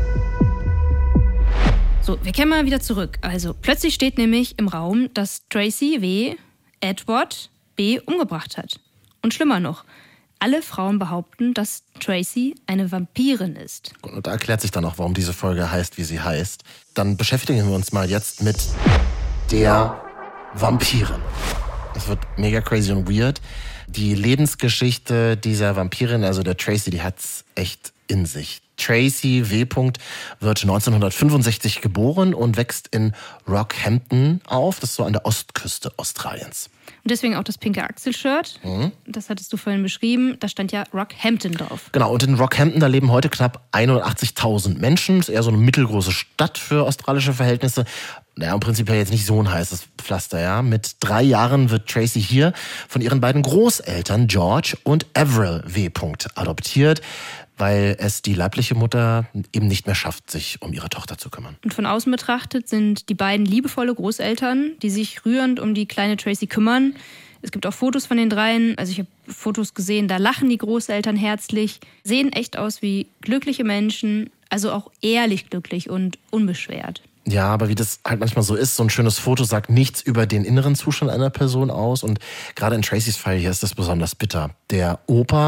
So, wir kehren mal wieder zurück. Also plötzlich steht nämlich im Raum, dass Tracy W. Edward B. umgebracht hat. Und schlimmer noch, alle Frauen behaupten, dass Tracy eine Vampirin ist. Und da erklärt sich dann auch, warum diese Folge heißt, wie sie heißt. Dann beschäftigen wir uns mal jetzt mit der Vampirin. Es wird mega crazy und weird. Die Lebensgeschichte dieser Vampirin, also der Tracy, die hat's echt in sich. Tracy W. wird neunzehnhundertfünfundsechzig geboren und wächst in Rockhampton auf. Das ist so an der Ostküste Australiens. Und deswegen auch das pinke Axel-Shirt. Mhm. Das hattest du vorhin beschrieben. Da stand ja Rockhampton drauf. Genau, und in Rockhampton, da leben heute knapp einundachtzigtausend Menschen. Das ist eher so eine mittelgroße Stadt für australische Verhältnisse. Naja, im Prinzip jetzt nicht so ein heißes Pflaster, ja. Mit drei Jahren wird Tracy hier von ihren beiden Großeltern George und Avril W. adoptiert, weil es die leibliche Mutter eben nicht mehr schafft, sich um ihre Tochter zu kümmern. Und von außen betrachtet sind die beiden liebevolle Großeltern, die sich rührend um die kleine Tracy kümmern. Es gibt auch Fotos von den dreien. Also ich habe Fotos gesehen, da lachen die Großeltern herzlich, sehen echt aus wie glückliche Menschen, also auch ehrlich glücklich und unbeschwert. Ja, aber wie das halt manchmal so ist, so ein schönes Foto sagt nichts über den inneren Zustand einer Person aus. Und gerade in Tracys Fall hier ist das besonders bitter. Der Opa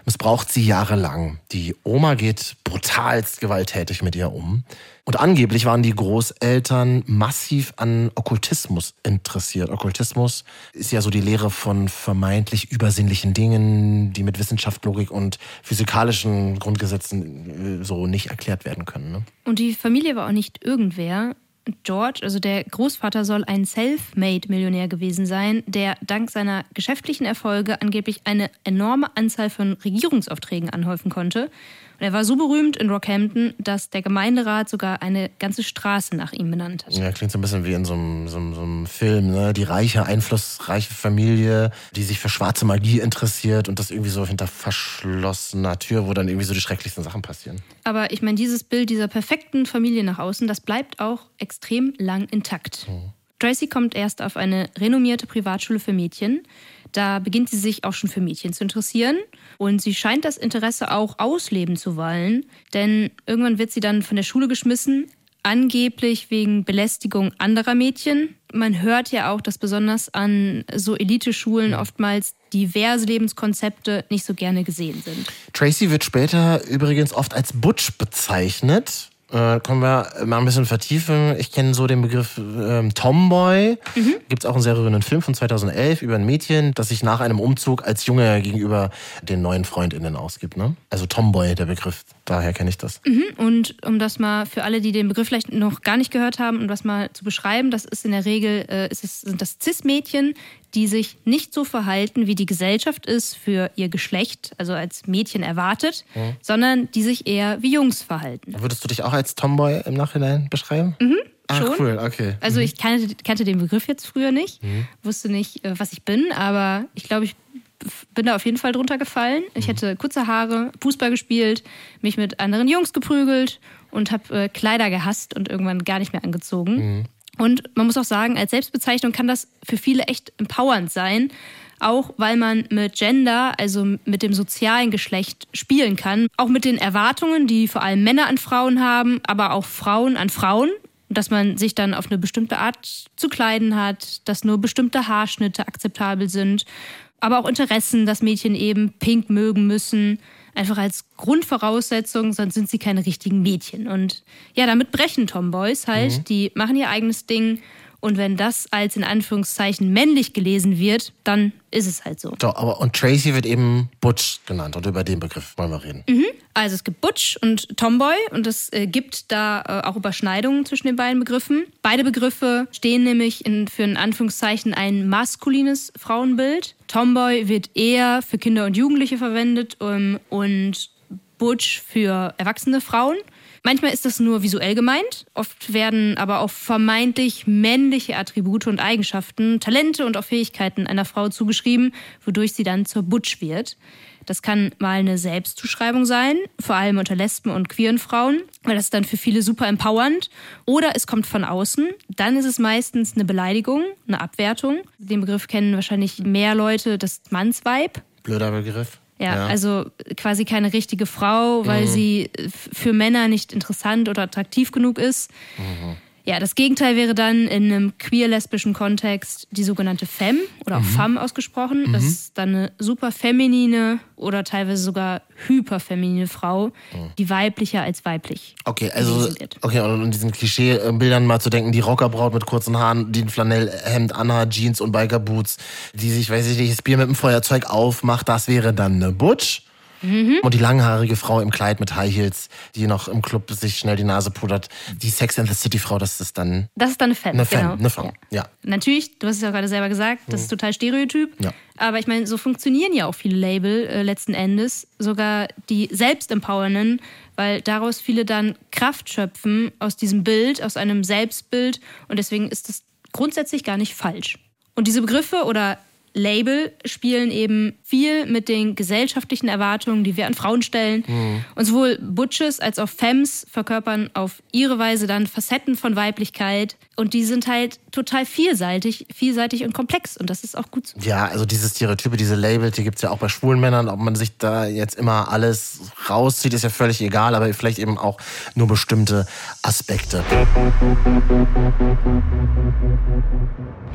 missbraucht sie jahrelang. Die Oma geht brutalst gewalttätig mit ihr um. Und angeblich waren die Großeltern massiv an Okkultismus interessiert. Okkultismus ist ja so die Lehre von vermeintlich übersinnlichen Dingen, die mit Wissenschaft, Logik und physikalischen Grundgesetzen so nicht erklärt werden können. Ne? Und die Familie war auch nicht irgendwer. George, also der Großvater, soll ein Self-Made-Millionär gewesen sein, der dank seiner geschäftlichen Erfolge angeblich eine enorme Anzahl von Regierungsaufträgen anhäufen konnte. Und er war so berühmt in Rockhampton, dass der Gemeinderat sogar eine ganze Straße nach ihm benannt hat. Ja, klingt so ein bisschen wie in so einem, so einem, so einem Film, ne? Die reiche, einflussreiche Familie, die sich für schwarze Magie interessiert und das irgendwie so hinter verschlossener Tür, wo dann irgendwie so die schrecklichsten Sachen passieren. Aber ich meine, dieses Bild dieser perfekten Familie nach außen, das bleibt auch extrem lang intakt. Hm. Tracy kommt erst auf eine renommierte Privatschule für Mädchen. Da beginnt sie sich auch schon für Mädchen zu interessieren. Und sie scheint das Interesse auch ausleben zu wollen. Denn irgendwann wird sie dann von der Schule geschmissen, angeblich wegen Belästigung anderer Mädchen. Man hört ja auch, dass besonders an so Eliteschulen oftmals diverse Lebenskonzepte nicht so gerne gesehen sind. Tracy wird später übrigens oft als Butch bezeichnet. Äh, können wir mal ein bisschen vertiefen. Ich kenne so den Begriff ähm, Tomboy. Mhm. Gibt es auch einen sehr rührenden Film von zweitausendelf über ein Mädchen, das sich nach einem Umzug als Junge gegenüber den neuen FreundInnen ausgibt. Ne? Also Tomboy, der Begriff. Daher kenne ich das. Mhm. Und um das mal für alle, die den Begriff vielleicht noch gar nicht gehört haben, um das mal zu beschreiben, das ist in der Regel äh, ist es, sind das Cis-Mädchen, die sich nicht so verhalten, wie die Gesellschaft es für ihr Geschlecht, also als Mädchen erwartet, mhm. sondern die sich eher wie Jungs verhalten. Würdest du dich auch als Tomboy im Nachhinein beschreiben? Mhm, Ach, schon. Cool, okay. Also mhm. ich kannte, kannte den Begriff jetzt früher nicht, mhm. wusste nicht, was ich bin, aber ich glaube, ich bin da auf jeden Fall drunter gefallen. Ich hätte kurze Haare, Fußball gespielt, mich mit anderen Jungs geprügelt und habe äh, Kleider gehasst und irgendwann gar nicht mehr angezogen. Mhm. Und man muss auch sagen, als Selbstbezeichnung kann das für viele echt empowernd sein, auch weil man mit Gender, also mit dem sozialen Geschlecht, spielen kann. Auch mit den Erwartungen, die vor allem Männer an Frauen haben, aber auch Frauen an Frauen. Dass man sich dann auf eine bestimmte Art zu kleiden hat, dass nur bestimmte Haarschnitte akzeptabel sind. Aber auch Interessen, dass Mädchen eben pink mögen müssen. Einfach als Grundvoraussetzung, sonst sind sie keine richtigen Mädchen. Und ja, damit brechen Tomboys halt. Mhm. Die machen ihr eigenes Ding. Und wenn das als in Anführungszeichen männlich gelesen wird, dann ist es halt so. So, aber und Tracy wird eben Butch genannt. Und über den Begriff wollen wir reden. Mhm. Also es gibt Butch und Tomboy. Und es äh, gibt da äh, auch Überschneidungen zwischen den beiden Begriffen. Beide Begriffe stehen nämlich in, für in Anführungszeichen ein maskulines Frauenbild. Tomboy wird eher für Kinder und Jugendliche verwendet um, und Butch für erwachsene Frauen. Manchmal ist das nur visuell gemeint, oft werden aber auch vermeintlich männliche Attribute und Eigenschaften, Talente und auch Fähigkeiten einer Frau zugeschrieben, wodurch sie dann zur Butch wird. Das kann mal eine Selbstzuschreibung sein, vor allem unter Lesben und queeren Frauen, weil das ist dann für viele super empowernd. Oder es kommt von außen, dann ist es meistens eine Beleidigung, eine Abwertung. Den Begriff kennen wahrscheinlich mehr Leute, das Mannsweib. Blöder Begriff. Ja, ja, also quasi keine richtige Frau, weil mhm. sie für Männer nicht interessant oder attraktiv genug ist. Mhm. Ja, das Gegenteil wäre dann in einem queer-lesbischen Kontext die sogenannte Femme oder auch mhm. Femme ausgesprochen. Mhm. Das ist dann eine super feminine oder teilweise sogar hyperfeminine Frau, mhm. die weiblicher als weiblich. Okay, also okay, und in diesen Klischeebildern mal zu denken, die Rockerbraut mit kurzen Haaren, die ein Flanellhemd anhat, Jeans und Biker-Boots, die sich, weiß ich nicht, das Bier mit dem Feuerzeug aufmacht, das wäre dann eine Butch. Mhm. Und die langhaarige Frau im Kleid mit High Heels, die noch im Club sich schnell die Nase pudert. Die Sex and the City Frau, das ist dann... Das ist dann eine Femme, eine Femme, genau. Eine Femme, ja. ja. Natürlich, du hast es ja gerade selber gesagt, das mhm. ist total Stereotyp. Ja. Aber ich meine, so funktionieren ja auch viele Label äh, letzten Endes. Sogar die Selbstempowernden, weil daraus viele dann Kraft schöpfen aus diesem Bild, aus einem Selbstbild. Und deswegen ist das grundsätzlich gar nicht falsch. Und diese Begriffe oder Label spielen eben viel mit den gesellschaftlichen Erwartungen, die wir an Frauen stellen. Mhm. Und sowohl Butches als auch Femmes verkörpern auf ihre Weise dann Facetten von Weiblichkeit. Und die sind halt total vielseitig, vielseitig und komplex. Und das ist auch gut so. Ja, also diese Stereotype, diese Labels, die gibt es ja auch bei schwulen Männern. Ob man sich da jetzt immer alles rauszieht, ist ja völlig egal. Aber vielleicht eben auch nur bestimmte Aspekte.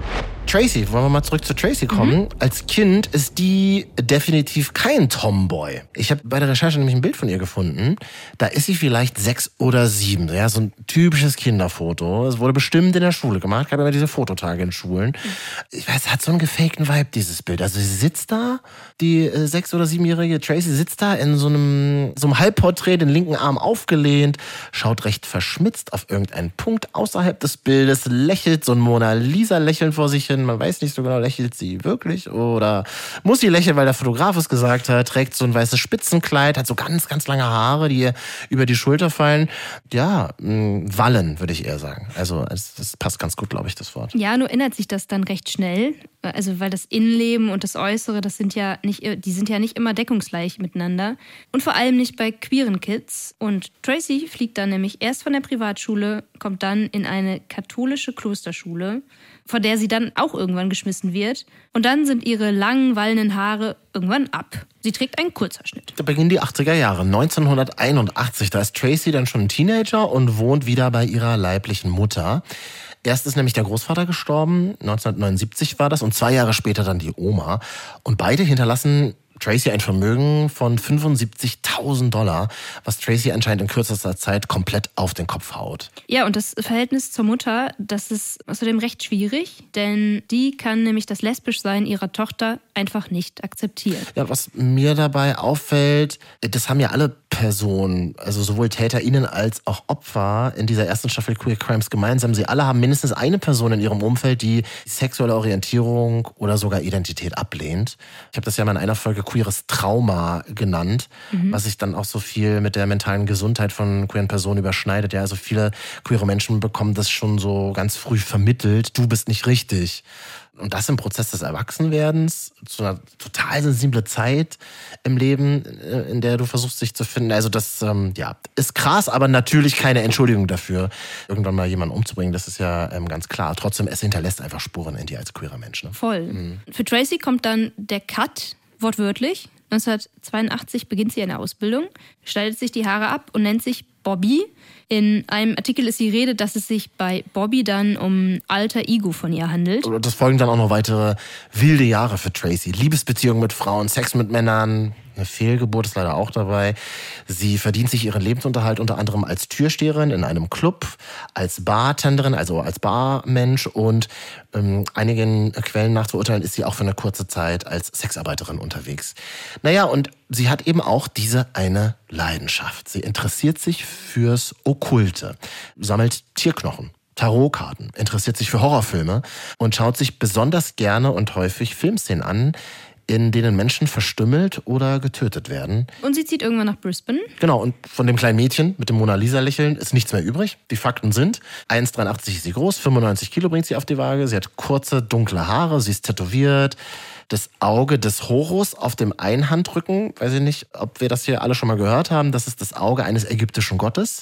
Tracy, wollen wir mal zurück zu Tracy kommen. Mhm. Als Kind ist die definitiv kein Tomboy. Ich habe bei der Recherche nämlich ein Bild von ihr gefunden. Da ist sie vielleicht sechs oder sieben. Ja, so ein typisches Kinderfoto. Es wurde bestimmt in der Schule gemacht. Gab immer diese Fototage in Schulen. Ich weiß, es hat so einen gefakten Vibe, dieses Bild. Also sie sitzt da, die äh, sechs- oder siebenjährige Tracy sitzt da in so einem, so einem Halbporträt, den linken Arm aufgelehnt, schaut recht verschmitzt auf irgendeinen Punkt außerhalb des Bildes, lächelt so ein Mona Lisa-Lächeln vor sich hin. Man weiß nicht so genau, lächelt sie wirklich oder muss sie lächeln, weil der Fotograf es gesagt hat, trägt so ein weißes Spitzenkleid, hat so ganz, ganz lange Haare, die ihr über die Schulter fallen. Ja, mh, Wallen, würde ich eher sagen. Also das passt ganz gut, glaube ich, das Wort. Ja, nur ändert sich das dann recht schnell. Also weil das Innenleben und das Äußere, das sind ja nicht, die sind ja nicht immer deckungsgleich miteinander. Und vor allem nicht bei queeren Kids. Und Tracy fliegt dann nämlich erst von der Privatschule, kommt dann in eine katholische Klosterschule, von der sie dann auch irgendwann geschmissen wird. Und dann sind ihre langen, wallenden Haare irgendwann ab. Sie trägt einen Kurzhaarschnitt. Da beginnen die achtziger Jahre, neunzehnhunderteinundachtzig. Da ist Tracy dann schon ein Teenager und wohnt wieder bei ihrer leiblichen Mutter. Erst ist nämlich der Großvater gestorben, neunzehnhundertneunundsiebzig war das, und zwei Jahre später dann die Oma. Und beide hinterlassen Tracy ein Vermögen von fünfundsiebzigtausend Dollar, was Tracy anscheinend in kürzester Zeit komplett auf den Kopf haut. Ja, und das Verhältnis zur Mutter, das ist außerdem recht schwierig, denn die kann nämlich das Lesbischsein ihrer Tochter einfach nicht akzeptieren. Ja, was mir dabei auffällt, das haben ja alle Personen, also sowohl TäterInnen als auch Opfer in dieser ersten Staffel Queer Crimes gemeinsam. Sie alle haben mindestens eine Person in ihrem Umfeld, die sexuelle Orientierung oder sogar Identität ablehnt. Ich habe das ja mal in einer Folge queeres Trauma genannt, mhm. was sich dann auch so viel mit der mentalen Gesundheit von queeren Personen überschneidet. Ja, also viele queere Menschen bekommen das schon so ganz früh vermittelt. Du bist nicht richtig. Und das im Prozess des Erwachsenwerdens, zu einer total sensiblen Zeit im Leben, in der du versuchst, dich zu finden. Also das ähm, ja, ist krass, aber natürlich keine Entschuldigung dafür, irgendwann mal jemanden umzubringen. Das ist ja ähm, ganz klar. Trotzdem, es hinterlässt einfach Spuren in dir als queerer Mensch. Ne? Voll. Mhm. Für Tracy kommt dann der Cut, wortwörtlich. neunzehnhundertzweiundachtzig beginnt sie eine Ausbildung, schneidet sich die Haare ab und nennt sich Bobby. In einem Artikel ist die Rede, dass es sich bei Bobby dann um alter Ego von ihr handelt. Und das folgen dann auch noch weitere wilde Jahre für Tracy. Liebesbeziehungen mit Frauen, Sex mit Männern, eine Fehlgeburt ist leider auch dabei. Sie verdient sich ihren Lebensunterhalt unter anderem als Türsteherin in einem Club, als Bartenderin, also als Barmensch, und ähm, einigen Quellen nach zu urteilen ist sie auch für eine kurze Zeit als Sexarbeiterin unterwegs. Naja, und sie hat eben auch diese eine Leidenschaft. Sie interessiert sich fürs Okkulte, sammelt Tierknochen, Tarotkarten, interessiert sich für Horrorfilme und schaut sich besonders gerne und häufig Filmszenen an, in denen Menschen verstümmelt oder getötet werden. Und sie zieht irgendwann nach Brisbane. Genau, und von dem kleinen Mädchen mit dem Mona Lisa-Lächeln ist nichts mehr übrig. Die Fakten sind, eins Komma dreiundachtzig ist sie groß, fünfundneunzig Kilo bringt sie auf die Waage, sie hat kurze, dunkle Haare, sie ist tätowiert. Das Auge des Horus auf dem einen Handrücken, weiß ich nicht, ob wir das hier alle schon mal gehört haben, das ist das Auge eines ägyptischen Gottes.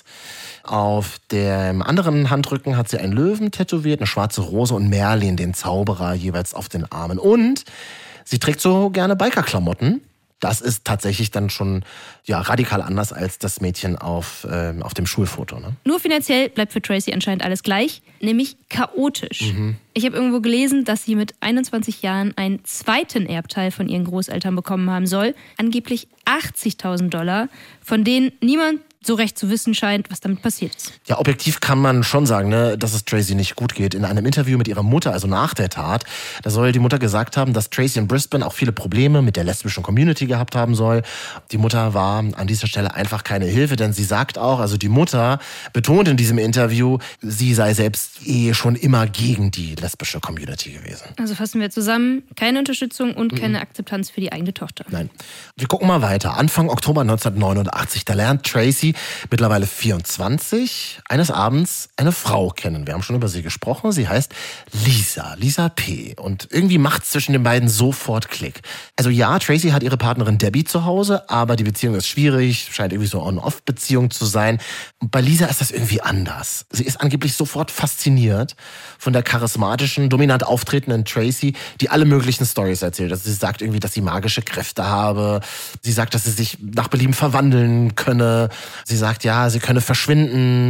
Auf dem anderen Handrücken hat sie einen Löwen tätowiert, eine schwarze Rose und Merlin, den Zauberer, jeweils auf den Armen. Und sie trägt so gerne Bikerklamotten. Das ist tatsächlich dann schon ja, radikal anders als das Mädchen auf, äh, auf dem Schulfoto. Ne? Nur finanziell bleibt für Tracy anscheinend alles gleich, nämlich chaotisch. Mhm. Ich habe irgendwo gelesen, dass sie mit einundzwanzig Jahren einen zweiten Erbteil von ihren Großeltern bekommen haben soll. Angeblich achtzigtausend Dollar, von denen niemand so recht zu wissen scheint, was damit passiert ist. Ja, objektiv kann man schon sagen, ne, dass es Tracy nicht gut geht. In einem Interview mit ihrer Mutter, also nach der Tat, da soll die Mutter gesagt haben, dass Tracy in Brisbane auch viele Probleme mit der lesbischen Community gehabt haben soll. Die Mutter war an dieser Stelle einfach keine Hilfe, denn sie sagt auch, also die Mutter betont in diesem Interview, sie sei selbst eh schon immer gegen die lesbische Community gewesen. Also fassen wir zusammen, keine Unterstützung und mhm. keine Akzeptanz für die eigene Tochter. Nein. Wir gucken mal weiter. Anfang Oktober neunzehnhundertneunundachtzig, da lernt Tracy, mittlerweile vierundzwanzig, eines Abends eine Frau kennen. Wir haben schon über sie gesprochen. Sie heißt Lisa, Lisa P. Und irgendwie macht es zwischen den beiden sofort Klick. Also ja, Tracy hat ihre Partnerin Debbie zu Hause, aber die Beziehung ist schwierig, scheint irgendwie so eine On-Off-Beziehung zu sein. Und bei Lisa ist das irgendwie anders. Sie ist angeblich sofort fasziniert von der charismatischen, dominant auftretenden Tracy, die alle möglichen Storys erzählt. Also sie sagt irgendwie, dass sie magische Kräfte habe. Sie sagt, dass sie sich nach Belieben verwandeln könne. Sie sagt, ja, sie könne verschwinden.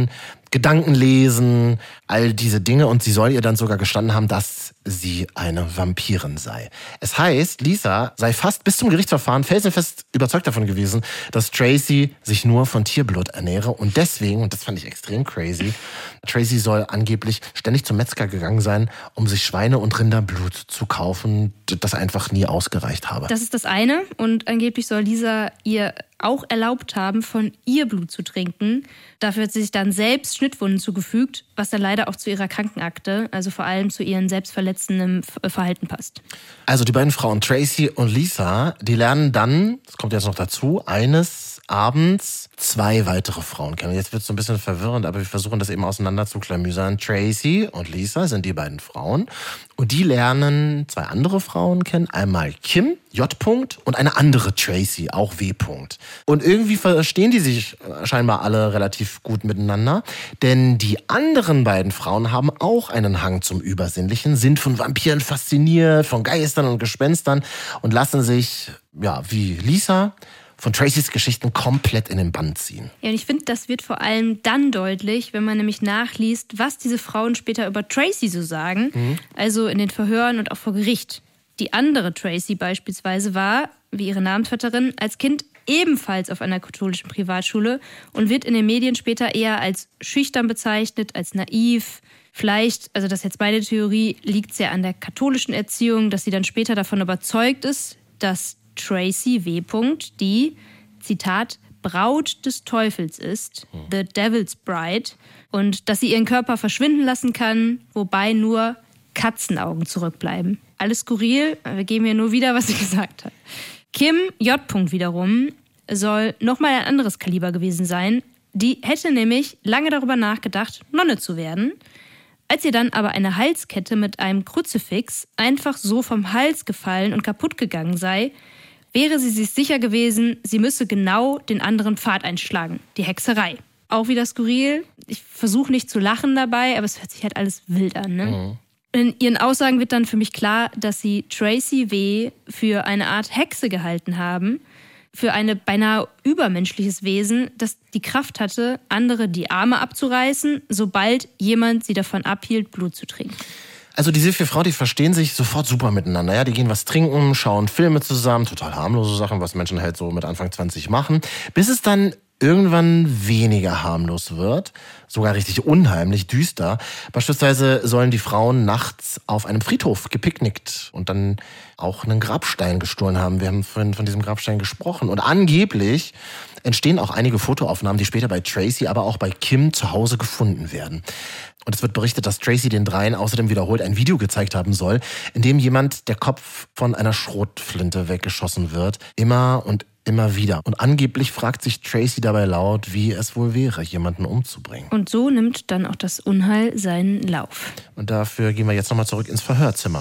Gedanken lesen, all diese Dinge. Und sie soll ihr dann sogar gestanden haben, dass sie eine Vampirin sei. Es heißt, Lisa sei fast bis zum Gerichtsverfahren felsenfest überzeugt davon gewesen, dass Tracy sich nur von Tierblut ernähre. Und deswegen, und das fand ich extrem crazy, Tracy soll angeblich ständig zum Metzger gegangen sein, um sich Schweine- und Rinderblut zu kaufen, das einfach nie ausgereicht habe. Das ist das eine. Und angeblich soll Lisa ihr auch erlaubt haben, von ihr Blut zu trinken. Dafür hat sie sich dann selbst Schnittwunden zugefügt, was dann leider auch zu ihrer Krankenakte, also vor allem zu ihren selbstverletzenden Verhalten passt. Also die beiden Frauen Tracy und Lisa, die lernen dann, das kommt jetzt noch dazu, eines Abends zwei weitere Frauen kennen. Jetzt wird es so ein bisschen verwirrend, aber wir versuchen das eben auseinander zu klamüsern. Tracy und Lisa sind die beiden Frauen und die lernen zwei andere Frauen kennen. Einmal Kim, J. und eine andere Tracy, auch W. Und irgendwie verstehen die sich scheinbar alle relativ gut miteinander, denn die anderen beiden Frauen haben auch einen Hang zum Übersinnlichen, sind von Vampiren fasziniert, von Geistern und Gespenstern und lassen sich, ja, wie Lisa, von Tracys Geschichten komplett in den Bann ziehen. Ja, und ich finde, das wird vor allem dann deutlich, wenn man nämlich nachliest, was diese Frauen später über Tracy so sagen, mhm. also in den Verhören und auch vor Gericht. Die andere Tracy beispielsweise war, wie ihre Namensvetterin, als Kind ebenfalls auf einer katholischen Privatschule und wird in den Medien später eher als schüchtern bezeichnet, als naiv. Vielleicht, also das ist jetzt meine Theorie, liegt es ja an der katholischen Erziehung, dass sie dann später davon überzeugt ist, dass Tracy W. die, Zitat, Braut des Teufels ist, the Devil's Bride, und dass sie ihren Körper verschwinden lassen kann, wobei nur Katzenaugen zurückbleiben. Alles skurril, wir geben ihr nur wieder, was sie gesagt hat. Kim J. wiederum soll nochmal ein anderes Kaliber gewesen sein. Die hätte nämlich lange darüber nachgedacht, Nonne zu werden. Als ihr dann aber eine Halskette mit einem Kruzifix einfach so vom Hals gefallen und kaputt gegangen sei, wäre sie sich sicher gewesen, sie müsse genau den anderen Pfad einschlagen, die Hexerei. Auch wieder skurril. Ich versuche nicht zu lachen dabei, aber es hört sich halt alles wild an, ne? Mhm. In ihren Aussagen wird dann für mich klar, dass sie Tracy W. für eine Art Hexe gehalten haben, für ein beinahe übermenschliches Wesen, das die Kraft hatte, andere die Arme abzureißen, sobald jemand sie davon abhielt, Blut zu trinken. Also diese vier Frauen, die verstehen sich sofort super miteinander. Ja, die gehen was trinken, schauen Filme zusammen, total harmlose Sachen, was Menschen halt so mit Anfang zwanzig machen, bis es dann irgendwann weniger harmlos wird, sogar richtig unheimlich, düster. Beispielsweise sollen die Frauen nachts auf einem Friedhof gepicknickt und dann auch einen Grabstein gestohlen haben. Wir haben vorhin von diesem Grabstein gesprochen. Und angeblich entstehen auch einige Fotoaufnahmen, die später bei Tracy, aber auch bei Kim zu Hause gefunden werden. Und es wird berichtet, dass Tracy den dreien außerdem wiederholt ein Video gezeigt haben soll, in dem jemand der Kopf von einer Schrotflinte weggeschossen wird. Immer und immer wieder. Und angeblich fragt sich Tracy dabei laut, wie es wohl wäre, jemanden umzubringen. Und so nimmt dann auch das Unheil seinen Lauf. Und dafür gehen wir jetzt nochmal zurück ins Verhörzimmer.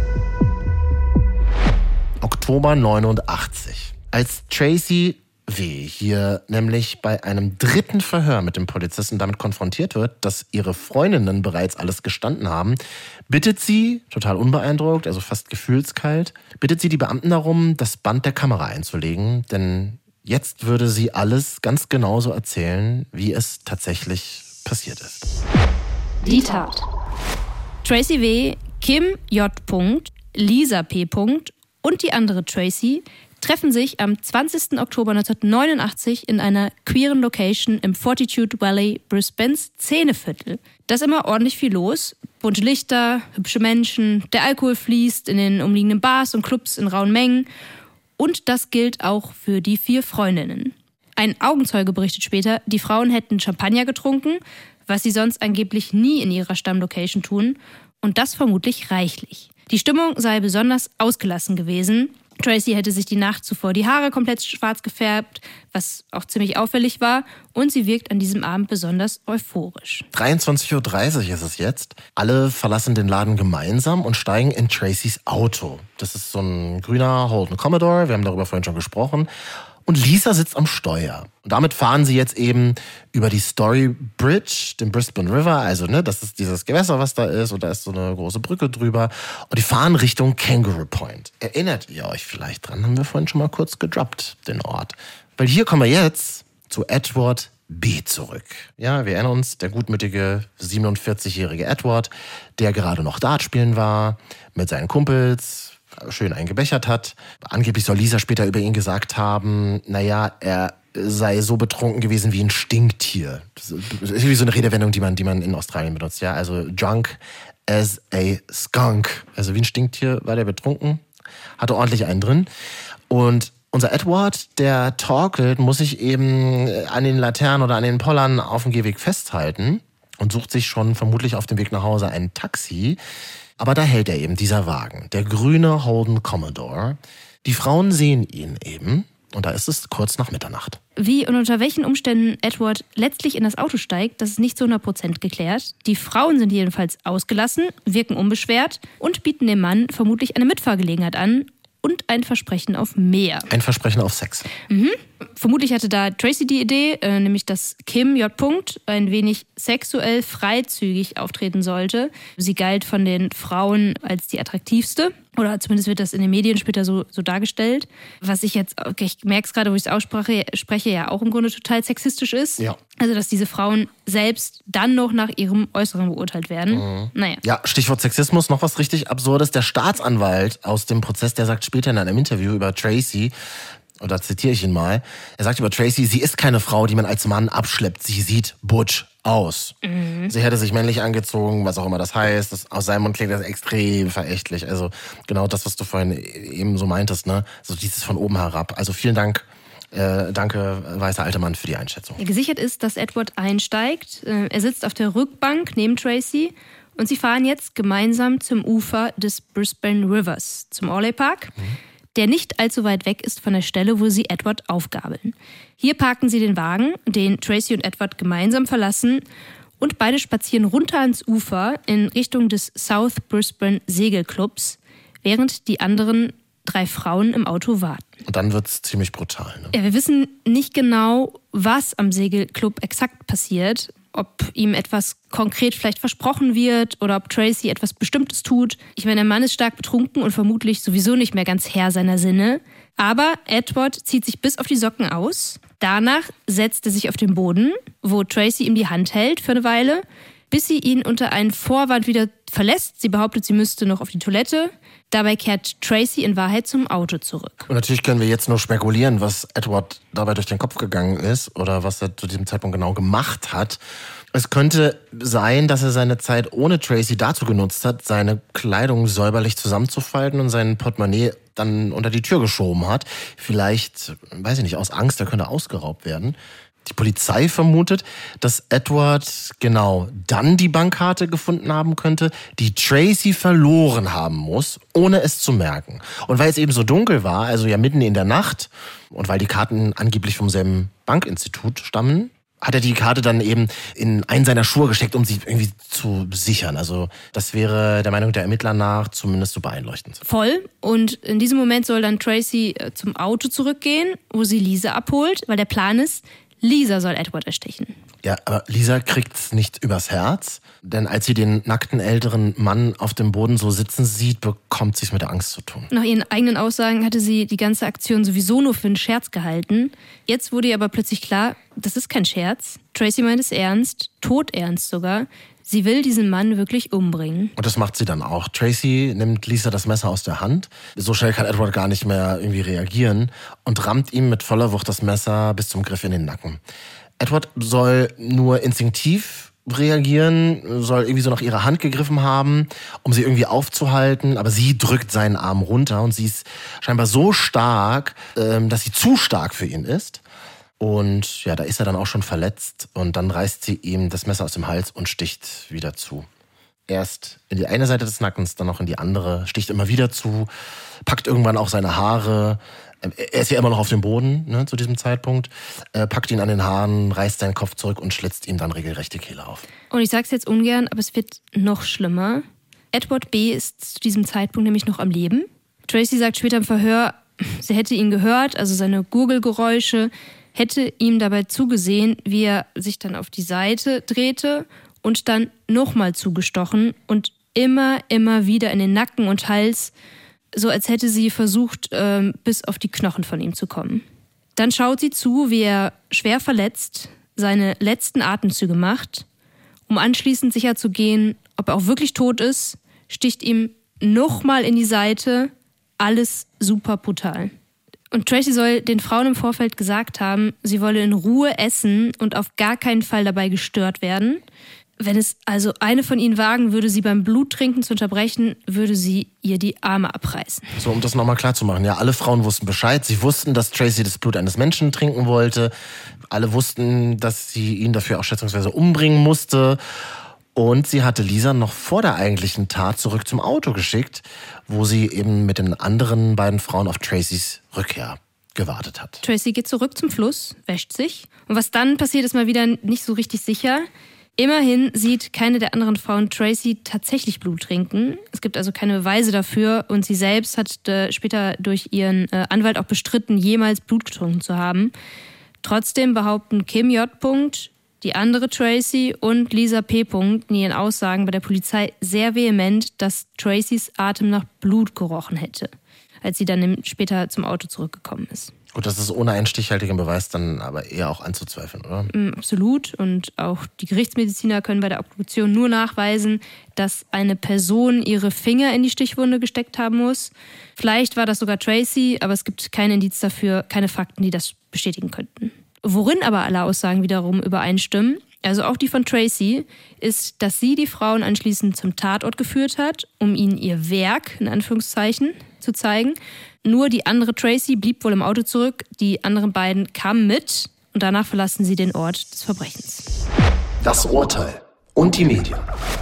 Oktober neunundachtzig. Als Tracy W. hier nämlich bei einem dritten Verhör mit dem Polizisten damit konfrontiert wird, dass ihre Freundinnen bereits alles gestanden haben, bittet sie, total unbeeindruckt, also fast gefühlskalt, bittet sie die Beamten darum, das Band der Kamera einzulegen, denn jetzt würde sie alles ganz genauso erzählen, wie es tatsächlich passiert ist. Die Tat. Tracy W., Kim J. Lisa P. und die andere Tracy treffen sich am zwanzigsten Oktober neunzehnhundertneunundachtzig in einer queeren Location im Fortitude Valley, Brisbanes Szeneviertel. Da ist immer ordentlich viel los. Bunte Lichter, hübsche Menschen, der Alkohol fließt in den umliegenden Bars und Clubs in rauen Mengen. Und das gilt auch für die vier Freundinnen. Ein Augenzeuge berichtet später, die Frauen hätten Champagner getrunken, was sie sonst angeblich nie in ihrer Stammlocation tun. Und das vermutlich reichlich. Die Stimmung sei besonders ausgelassen gewesen. Tracy hätte sich die Nacht zuvor die Haare komplett schwarz gefärbt, was auch ziemlich auffällig war. Und sie wirkt an diesem Abend besonders euphorisch. dreiundzwanzig Uhr dreißig ist es jetzt. Alle verlassen den Laden gemeinsam und steigen in Tracys Auto. Das ist so ein grüner Holden Commodore, wir haben darüber vorhin schon gesprochen. Und Lisa sitzt am Steuer. Und damit fahren sie jetzt eben über die Story Bridge, den Brisbane River. Also, ne, das ist dieses Gewässer, was da ist. Und da ist so eine große Brücke drüber. Und die fahren Richtung Kangaroo Point. Erinnert ihr euch vielleicht dran? Haben wir vorhin schon mal kurz gedroppt, den Ort. Weil hier kommen wir jetzt zu Edward B zurück. Ja, wir erinnern uns, der gutmütige siebenundvierzigjährige Edward, der gerade noch Dart spielen war, mit seinen Kumpels, schön eingebechert hat. Angeblich soll Lisa später über ihn gesagt haben, naja, er sei so betrunken gewesen wie ein Stinktier. Das ist irgendwie so eine Redewendung, die man, die man in Australien benutzt. Ja, also drunk as a skunk. Also wie ein Stinktier war der betrunken, hatte ordentlich einen drin. Und unser Edward, der torkelt, muss sich eben an den Laternen oder an den Pollern auf dem Gehweg festhalten und sucht sich schon vermutlich auf dem Weg nach Hause ein Taxi. Aber da hält er eben, dieser Wagen, der grüne Holden Commodore. Die Frauen sehen ihn eben und da ist es kurz nach Mitternacht. Wie und unter welchen Umständen Edward letztlich in das Auto steigt, das ist nicht zu hundert Prozent geklärt. Die Frauen sind jedenfalls ausgelassen, wirken unbeschwert und bieten dem Mann vermutlich eine Mitfahrgelegenheit an und ein Versprechen auf mehr. Ein Versprechen auf Sex. Mhm. Vermutlich hatte da Tracy die Idee, äh, nämlich dass Kim J. ein wenig sexuell freizügig auftreten sollte. Sie galt von den Frauen als die attraktivste. Oder zumindest wird das in den Medien später so, so dargestellt. Was ich jetzt, okay, ich merke es gerade, wo ich es ausspreche, spreche, ja auch im Grunde total sexistisch ist. Ja. Also, dass diese Frauen selbst dann noch nach ihrem Äußeren beurteilt werden. Mhm. Naja. Ja, Stichwort Sexismus, noch was richtig Absurdes. Der Staatsanwalt aus dem Prozess, der sagt später in einem Interview über Tracy, und da zitiere ich ihn mal, er sagt über Tracy, sie ist keine Frau, die man als Mann abschleppt. Sie sieht butch aus. Mhm. Sie hätte sich männlich angezogen, was auch immer das heißt. Das, aus seinem Mund klingt das extrem verächtlich. Also genau das, was du vorhin eben so meintest, ne? So dieses von oben herab. Also vielen Dank, äh, danke, weißer alter Mann, für die Einschätzung. Gesichert ist, dass Edward einsteigt. Er sitzt auf der Rückbank neben Tracy und sie fahren jetzt gemeinsam zum Ufer des Brisbane Rivers, zum Orley Park. Mhm. Der nicht allzu weit weg ist von der Stelle, wo sie Edward aufgabeln. Hier parken sie den Wagen, den Tracy und Edward gemeinsam verlassen, und beide spazieren runter ans Ufer in Richtung des South Brisbane Segelclubs, während die anderen drei Frauen im Auto warten. Und dann wird's ziemlich brutal. Ne? Ja, wir wissen nicht genau, was am Segelclub exakt passiert. Ob ihm etwas konkret vielleicht versprochen wird oder ob Tracy etwas Bestimmtes tut. Ich meine, der Mann ist stark betrunken und vermutlich sowieso nicht mehr ganz Herr seiner Sinne. Aber Edward zieht sich bis auf die Socken aus. Danach setzt er sich auf den Boden, wo Tracy ihm die Hand hält für eine Weile, bis sie ihn unter einen Vorwand wieder verlässt. Sie behauptet, sie müsste noch auf die Toilette. Dabei kehrt Tracy in Wahrheit zum Auto zurück. Und natürlich können wir jetzt nur spekulieren, was Edward dabei durch den Kopf gegangen ist oder was er zu diesem Zeitpunkt genau gemacht hat. Es könnte sein, dass er seine Zeit ohne Tracy dazu genutzt hat, seine Kleidung säuberlich zusammenzufalten und sein Portemonnaie dann unter die Tür geschoben hat. Vielleicht, weiß ich nicht, aus Angst, er könnte ausgeraubt werden. Die Polizei vermutet, dass Edward genau dann die Bankkarte gefunden haben könnte, die Tracy verloren haben muss, ohne es zu merken. Und weil es eben so dunkel war, also ja mitten in der Nacht, und weil die Karten angeblich vom selben Bankinstitut stammen, hat er die Karte dann eben in einen seiner Schuhe gesteckt, um sie irgendwie zu sichern. Also das wäre der Meinung der Ermittler nach zumindest super einleuchtend. Voll. Und in diesem Moment soll dann Tracy zum Auto zurückgehen, wo sie Lisa abholt, weil der Plan ist, Lisa soll Edward erstechen. Ja, aber Lisa kriegt's nicht übers Herz, denn als sie den nackten älteren Mann auf dem Boden so sitzen sieht, bekommt sie's mit der Angst zu tun. Nach ihren eigenen Aussagen hatte sie die ganze Aktion sowieso nur für einen Scherz gehalten. Jetzt wurde ihr aber plötzlich klar, das ist kein Scherz. Tracy meint es ernst, todernst sogar. Sie will diesen Mann wirklich umbringen. Und das macht sie dann auch. Tracy nimmt Lisa das Messer aus der Hand. So schnell kann Edward gar nicht mehr irgendwie reagieren und rammt ihm mit voller Wucht das Messer bis zum Griff in den Nacken. Edward soll nur instinktiv reagieren, soll irgendwie so nach ihrer Hand gegriffen haben, um sie irgendwie aufzuhalten, aber sie drückt seinen Arm runter und sie ist scheinbar so stark, dass sie zu stark für ihn ist. Und ja, da ist er dann auch schon verletzt und dann reißt sie ihm das Messer aus dem Hals und sticht wieder zu. Erst in die eine Seite des Nackens, dann noch in die andere, sticht immer wieder zu, packt irgendwann auch seine Haare. Er ist ja immer noch auf dem Boden, ne, zu diesem Zeitpunkt, äh, packt ihn an den Haaren, reißt seinen Kopf zurück und schlitzt ihm dann regelrecht die Kehle auf. Und ich sag's jetzt ungern, aber es wird noch schlimmer. Edward B. ist zu diesem Zeitpunkt nämlich noch am Leben. Tracy sagt später im Verhör, sie hätte ihn gehört, also seine Gurgelgeräusche, hätte ihm dabei zugesehen, wie er sich dann auf die Seite drehte und dann nochmal zugestochen und immer, immer wieder in den Nacken und Hals, so als hätte sie versucht, ähm, bis auf die Knochen von ihm zu kommen. Dann schaut sie zu, wie er schwer verletzt seine letzten Atemzüge macht, um anschließend sicherzugehen, ob er auch wirklich tot ist, sticht ihm nochmal in die Seite. Alles super brutal. Und Tracy soll den Frauen im Vorfeld gesagt haben, sie wolle in Ruhe essen und auf gar keinen Fall dabei gestört werden. Wenn es also eine von ihnen wagen würde, sie beim Bluttrinken zu unterbrechen, würde sie ihr die Arme abreißen. So, um das nochmal klar zu machen. Ja, alle Frauen wussten Bescheid. Sie wussten, dass Tracy das Blut eines Menschen trinken wollte. Alle wussten, dass sie ihn dafür auch schätzungsweise umbringen musste. Und sie hatte Lisa noch vor der eigentlichen Tat zurück zum Auto geschickt, wo sie eben mit den anderen beiden Frauen auf Tracys Rückkehr gewartet hat. Tracy geht zurück zum Fluss, wäscht sich. Und was dann passiert, ist mal wieder nicht so richtig sicher. Immerhin sieht keine der anderen Frauen Tracy tatsächlich Blut trinken. Es gibt also keine Beweise dafür und sie selbst hat äh, später durch ihren äh, Anwalt auch bestritten, jemals Blut getrunken zu haben. Trotzdem behaupten Kim J., die andere Tracy und Lisa P. in ihren Aussagen bei der Polizei sehr vehement, dass Tracys Atem nach Blut gerochen hätte, als sie dann später zum Auto zurückgekommen ist. Gut, das ist ohne einen stichhaltigen Beweis dann aber eher auch anzuzweifeln, oder? Mm, absolut. Und auch die Gerichtsmediziner können bei der Obduktion nur nachweisen, dass eine Person ihre Finger in die Stichwunde gesteckt haben muss. Vielleicht war das sogar Tracy, aber es gibt keinen Indiz dafür, keine Fakten, die das bestätigen könnten. Worin aber alle Aussagen wiederum übereinstimmen, also auch die von Tracy, ist, dass sie die Frauen anschließend zum Tatort geführt hat, um ihnen ihr Werk, in Anführungszeichen, zu zeigen. Nur die andere Tracy blieb wohl im Auto zurück, die anderen beiden kamen mit und danach verlassen sie den Ort des Verbrechens. Das Urteil und die Medien.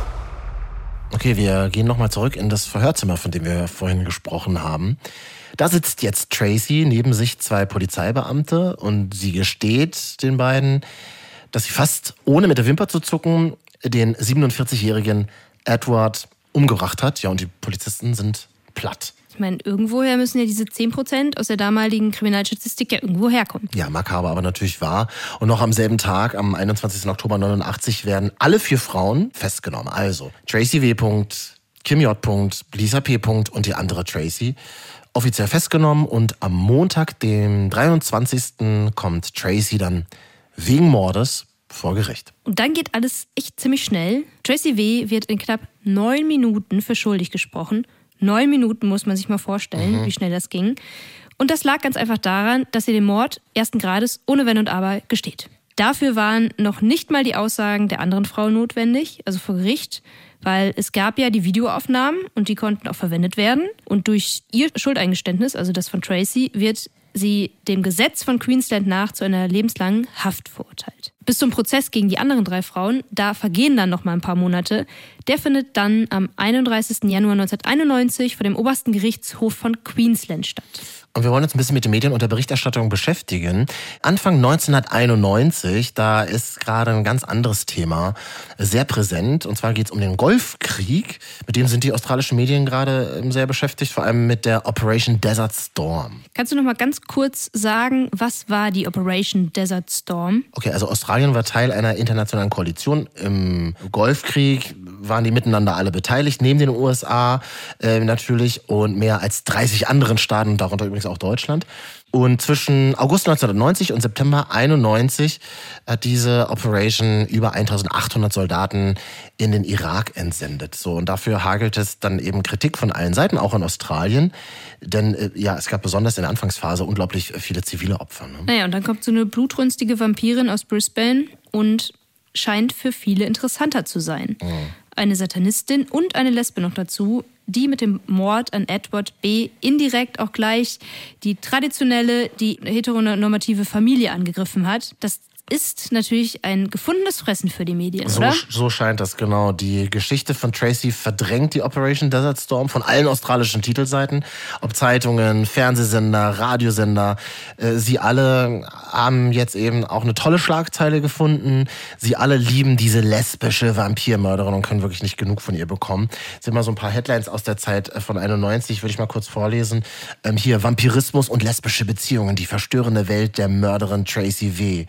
Okay, wir gehen nochmal zurück in das Verhörzimmer, von dem wir vorhin gesprochen haben. Da sitzt jetzt Tracy, neben sich zwei Polizeibeamte und sie gesteht den beiden, dass sie fast ohne mit der Wimper zu zucken den siebenundvierzigjährigen Edward umgebracht hat. Ja, und die Polizisten sind platt. Ich meine, irgendwoher müssen ja diese zehn Prozent aus der damaligen Kriminalstatistik ja irgendwo herkommen. Ja, makaber, aber natürlich wahr. Und noch am selben Tag, am einundzwanzigsten Oktober neunundachtzig, werden alle vier Frauen festgenommen. Also Tracy W., Kim J., Lisa P. und die andere Tracy offiziell festgenommen. Und am Montag, dem dreiundzwanzigsten kommt Tracy dann wegen Mordes vor Gericht. Und dann geht alles echt ziemlich schnell. Tracy W. wird in knapp neun Minuten für schuldig gesprochen. Neun Minuten muss man sich mal vorstellen, mhm. wie schnell das ging. Und das lag ganz einfach daran, dass sie den Mord ersten Grades ohne Wenn und Aber gesteht. Dafür waren noch nicht mal die Aussagen der anderen Frau notwendig, also vor Gericht, weil es gab ja die Videoaufnahmen und die konnten auch verwendet werden. Und durch ihr Schuldeingeständnis, also das von Tracy, wird sie dem Gesetz von Queensland nach zu einer lebenslangen Haft verurteilt. Bis zum Prozess gegen die anderen drei Frauen, da vergehen dann noch mal ein paar Monate. Der findet dann am einunddreißigsten Januar neunzehnhunderteinundneunzig vor dem obersten Gerichtshof von Queensland statt. Und wir wollen uns ein bisschen mit den Medien und der Berichterstattung beschäftigen. Anfang neunzehnhunderteinundneunzig, da ist gerade ein ganz anderes Thema sehr präsent. Und zwar geht es um den Golfkrieg. Mit dem sind die australischen Medien gerade sehr beschäftigt, vor allem mit der Operation Desert Storm. Kannst du noch mal ganz kurz sagen, was war die Operation Desert Storm? Okay, also Australien war Teil einer internationalen Koalition. Im Golfkrieg waren die miteinander alle beteiligt, neben den U S A äh, natürlich und mehr als dreißig anderen Staaten, darunter übrigens auch Deutschland. Und zwischen August neunzehnhundertneunzig und September einundneunzig hat diese Operation über eintausendachthundert Soldaten in den Irak entsendet. So, und dafür hagelt es dann eben Kritik von allen Seiten, auch in Australien. Denn äh, ja, es gab besonders in der Anfangsphase unglaublich viele zivile Opfer. Ne? Naja, und dann kommt so eine blutrünstige Vampirin aus Brisbane und scheint für viele interessanter zu sein. Mhm. Eine Satanistin und eine Lesbe noch dazu, die mit dem Mord an Edward B. indirekt auch gleich die traditionelle, die heteronormative Familie angegriffen hat. Das ist natürlich ein gefundenes Fressen für die Medien, so, oder? So scheint das, genau. Die Geschichte von Tracy verdrängt die Operation Desert Storm von allen australischen Titelseiten. Ob Zeitungen, Fernsehsender, Radiosender. Äh, sie alle haben jetzt eben auch eine tolle Schlagzeile gefunden. Sie alle lieben diese lesbische Vampirmörderin und können wirklich nicht genug von ihr bekommen. Es sind mal so ein paar Headlines aus der Zeit von einundneunzig, würde ich mal kurz vorlesen. Ähm, hier, Vampirismus und lesbische Beziehungen, die verstörende Welt der Mörderin Tracy W.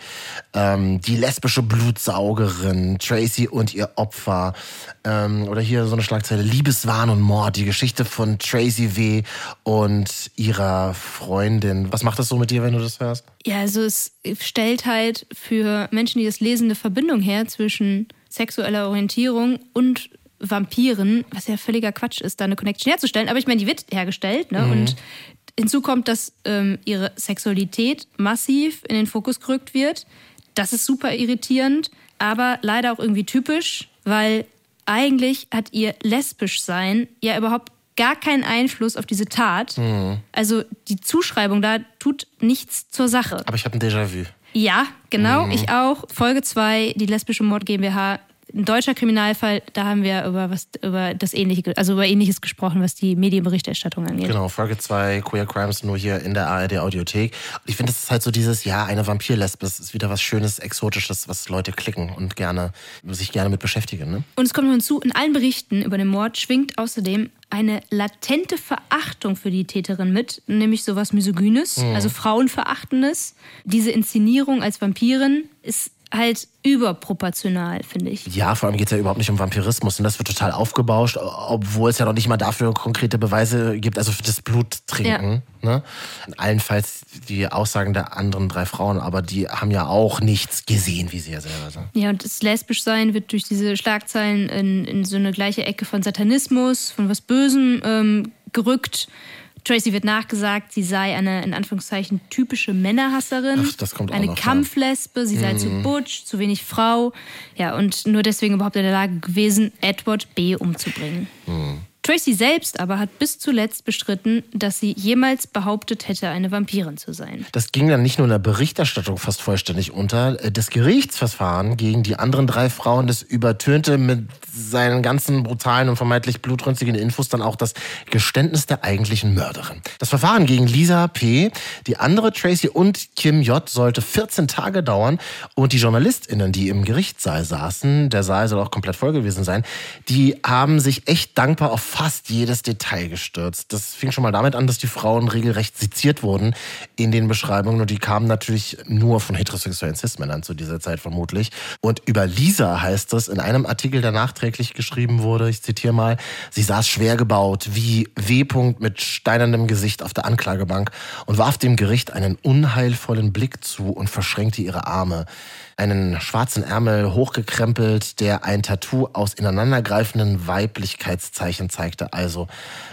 ähm, die lesbische Blutsaugerin, Tracy und ihr Opfer. Ähm, oder hier so eine Schlagzeile, Liebeswahn und Mord, die Geschichte von Tracy W. und ihrer Freundin. Was macht das so mit dir, wenn du das hörst? Ja, also es stellt halt für Menschen, die das lesen, eine Verbindung her zwischen sexueller Orientierung und Vampiren, was ja völliger Quatsch ist, da eine Connection herzustellen. Aber ich meine, die wird hergestellt, ne? Mhm. Und hinzu kommt, dass ähm, ihre Sexualität massiv in den Fokus gerückt wird. Das ist super irritierend, aber leider auch irgendwie typisch, weil eigentlich hat ihr lesbisch sein ja überhaupt gar keinen Einfluss auf diese Tat. Mhm. Also die Zuschreibung da tut nichts zur Sache. Aber ich habe ein Déjà-vu. Ja, genau, mhm. ich auch. Folge zwei, die lesbische Mord GmbH. Ein deutscher Kriminalfall, da haben wir über was über das Ähnliche, also über Ähnliches gesprochen, was die Medienberichterstattung angeht. Genau, Folge zwei, Queer Crimes, nur hier in der A R D-Audiothek. Ich finde, das ist halt so dieses, ja, eine Vampirlesbe, das ist wieder was Schönes, Exotisches, was Leute klicken und gerne, sich gerne mit beschäftigen. Ne? Und es kommt noch hinzu, in allen Berichten über den Mord schwingt außerdem eine latente Verachtung für die Täterin mit, nämlich sowas Misogynes, mhm. also Frauenverachtendes. Diese Inszenierung als Vampirin ist halt überproportional, finde ich. Ja, vor allem geht es ja überhaupt nicht um Vampirismus und das wird total aufgebauscht, obwohl es ja noch nicht mal dafür konkrete Beweise gibt, also für das Bluttrinken. Ja. Ne? Allenfalls die Aussagen der anderen drei Frauen, aber die haben ja auch nichts gesehen, wie sie ja selber sagen. Ja, und das Lesbischsein wird durch diese Schlagzeilen in, in so eine gleiche Ecke von Satanismus, von was Bösem ähm, gerückt. Tracy wird nachgesagt, sie sei eine, in Anführungszeichen, typische Männerhasserin. Ach, das kommt auch eine noch Kampflesbe, sie sei mm. zu butch, zu wenig Frau. Ja, und nur deswegen überhaupt in der Lage gewesen, Edward B. umzubringen. Mm. Tracy selbst aber hat bis zuletzt bestritten, dass sie jemals behauptet hätte, eine Vampirin zu sein. Das ging dann nicht nur in der Berichterstattung fast vollständig unter. Das Gerichtsverfahren gegen die anderen drei Frauen, das übertönte mit seinen ganzen brutalen und vermeintlich blutrünstigen Infos dann auch das Geständnis der eigentlichen Mörderin. Das Verfahren gegen Lisa P., die andere Tracy und Kim J. sollte vierzehn Tage dauern und die JournalistInnen, die im Gerichtssaal saßen, der Saal soll auch komplett voll gewesen sein, die haben sich echt dankbar auf fast jedes Detail gestürzt. Das fing schon mal damit an, dass die Frauen regelrecht seziert wurden in den Beschreibungen und die kamen natürlich nur von heterosexuellen Cis-Männern zu dieser Zeit vermutlich. Und über Lisa heißt es in einem Artikel, der nachträglich geschrieben wurde, ich zitiere mal, sie saß schwer gebaut wie W. mit steinernem Gesicht auf der Anklagebank und warf dem Gericht einen unheilvollen Blick zu und verschränkte ihre Arme. Einen schwarzen Ärmel hochgekrempelt, der ein Tattoo aus ineinandergreifenden Weiblichkeitszeichen zeigte, also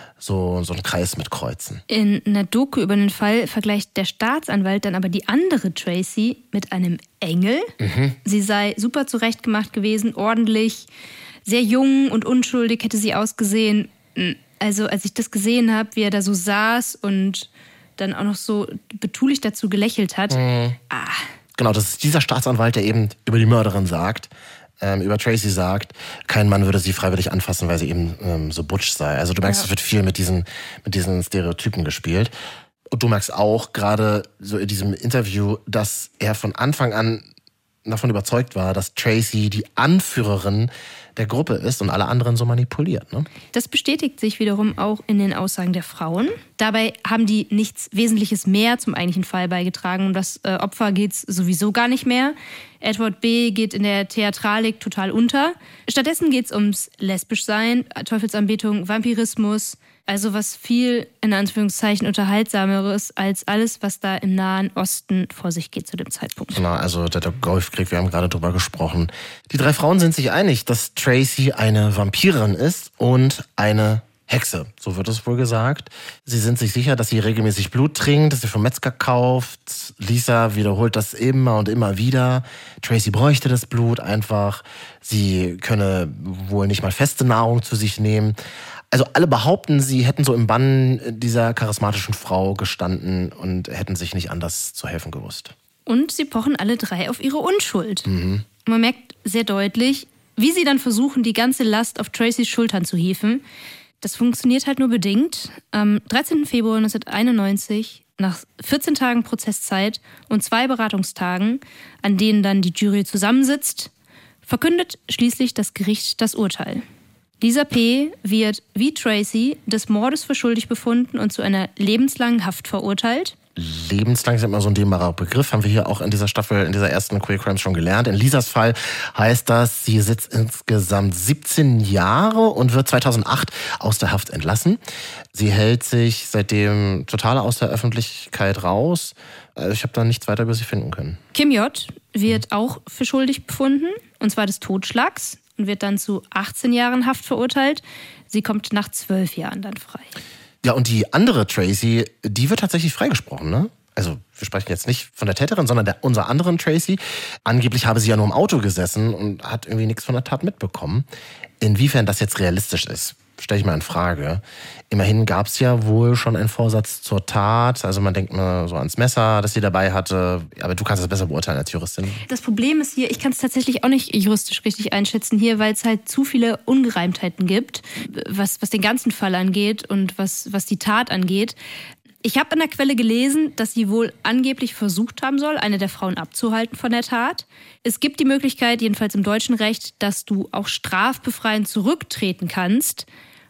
so, so ein Kreis mit Kreuzen. In einer Doku über den Fall vergleicht der Staatsanwalt dann aber die andere Tracy mit einem Engel. Mhm. Sie sei super zurechtgemacht gewesen, ordentlich, sehr jung und unschuldig hätte sie ausgesehen. Also als ich das gesehen habe, wie er da so saß und dann auch noch so betulich dazu gelächelt hat, mhm. ah. Genau, das ist dieser Staatsanwalt, der eben über die Mörderin sagt, ähm, über Tracy sagt, kein Mann würde sie freiwillig anfassen, weil sie eben ähm, so butch sei. Also du merkst, ja. Es wird viel mit diesen, mit diesen Stereotypen gespielt. Und du merkst auch gerade so in diesem Interview, dass er von Anfang an davon überzeugt war, dass Tracy die Anführerin der Gruppe ist und alle anderen so manipuliert. Ne? Das bestätigt sich wiederum auch in den Aussagen der Frauen. Dabei haben die nichts Wesentliches mehr zum eigentlichen Fall beigetragen. Um das äh, Opfer geht es sowieso gar nicht mehr. Edward B. geht in der Theatralik total unter. Stattdessen geht es ums Lesbischsein, Teufelsanbetung, Vampirismus. Also was viel, in Anführungszeichen, unterhaltsameres als alles, was da im Nahen Osten vor sich geht zu dem Zeitpunkt. Genau, also der Golfkrieg, wir haben gerade drüber gesprochen. Die drei Frauen sind sich einig, dass Tracy eine Vampirin ist und eine Hexe, so wird es wohl gesagt. Sie sind sich sicher, dass sie regelmäßig Blut trinkt, dass sie vom Metzger kauft. Lisa wiederholt das immer und immer wieder. Tracy bräuchte das Blut einfach. Sie könne wohl nicht mal feste Nahrung zu sich nehmen. Also alle behaupten, sie hätten so im Bann dieser charismatischen Frau gestanden und hätten sich nicht anders zu helfen gewusst. Und sie pochen alle drei auf ihre Unschuld. Mhm. Man merkt sehr deutlich, wie sie dann versuchen, die ganze Last auf Tracys Schultern zu hieven. Das funktioniert halt nur bedingt. Am dreizehnten Februar neunzehnhunderteinundneunzig, nach vierzehn Tagen Prozesszeit und zwei Beratungstagen, an denen dann die Jury zusammensitzt, verkündet schließlich das Gericht das Urteil. Lisa P. wird wie Tracy des Mordes für schuldig befunden und zu einer lebenslangen Haft verurteilt. lebenslang ist immer so ein dehnbarer Begriff, haben wir hier auch in dieser Staffel, in dieser ersten Queer Crimes schon gelernt. In Lisas Fall heißt das, sie sitzt insgesamt siebzehn Jahre und wird zweitausendacht aus der Haft entlassen. Sie hält sich seitdem total aus der Öffentlichkeit raus. Ich habe da nichts weiter über sie finden können. Kim J. wird auch für schuldig befunden, und zwar des Totschlags, und wird dann zu achtzehn Jahren Haft verurteilt. Sie kommt nach zwölf Jahren dann frei. Ja, und die andere Tracy, die wird tatsächlich freigesprochen, ne? Also wir sprechen jetzt nicht von der Täterin, sondern der unserer anderen Tracy. Angeblich habe sie ja nur im Auto gesessen und hat irgendwie nichts von der Tat mitbekommen. Inwiefern das jetzt realistisch ist, stelle ich mal in Frage. Immerhin gab es ja wohl schon einen Vorsatz zur Tat. Also man denkt mal so ans Messer, das sie dabei hatte. Aber du kannst es besser beurteilen als Juristin. Das Problem ist hier, ich kann es tatsächlich auch nicht juristisch richtig einschätzen hier, weil es halt zu viele Ungereimtheiten gibt, was, was den ganzen Fall angeht und was, was die Tat angeht. Ich habe in der Quelle gelesen, dass sie wohl angeblich versucht haben soll, eine der Frauen abzuhalten von der Tat. Es gibt die Möglichkeit, jedenfalls im deutschen Recht, dass du auch strafbefreiend zurücktreten kannst.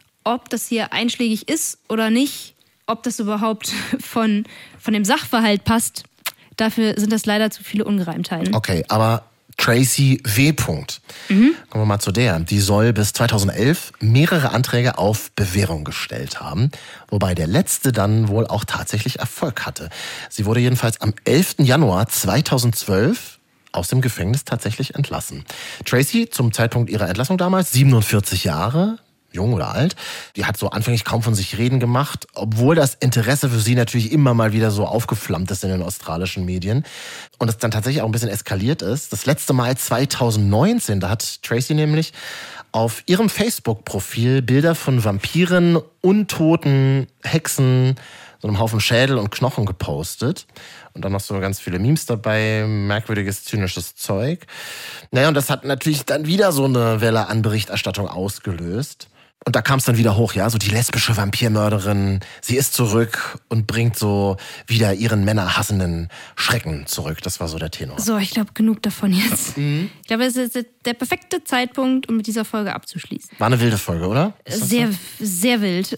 Ob das hier einschlägig ist oder nicht, ob das überhaupt von, von dem Sachverhalt passt, dafür sind das leider zu viele Ungereimtheiten. Okay, aber Tracy W. Mhm. Kommen wir mal zu der. Die soll bis zweitausendelf mehrere Anträge auf Bewährung gestellt haben, wobei der letzte dann wohl auch tatsächlich Erfolg hatte. Sie wurde jedenfalls am elften Januar zweitausendzwölf aus dem Gefängnis tatsächlich entlassen. Tracy, zum Zeitpunkt ihrer Entlassung damals, siebenundvierzig Jahre, jung oder alt, die hat so anfänglich kaum von sich reden gemacht, obwohl das Interesse für sie natürlich immer mal wieder so aufgeflammt ist in den australischen Medien und es dann tatsächlich auch ein bisschen eskaliert ist. Das letzte Mal zweitausendneunzehn, da hat Tracy nämlich auf ihrem Facebook-Profil Bilder von Vampiren, Untoten, Hexen, so einem Haufen Schädel und Knochen gepostet. Und dann noch so ganz viele Memes dabei, merkwürdiges, zynisches Zeug. Naja, und das hat natürlich dann wieder so eine Welle an Berichterstattung ausgelöst. Und da kam es dann wieder hoch, ja, so die lesbische Vampirmörderin, sie ist zurück und bringt so wieder ihren männerhassenden Schrecken zurück. Das war so der Tenor. So, ich glaube, genug davon jetzt. Mhm. Ich glaube, es ist der perfekte Zeitpunkt, um mit dieser Folge abzuschließen. War eine wilde Folge, oder? Sehr, so? sehr wild.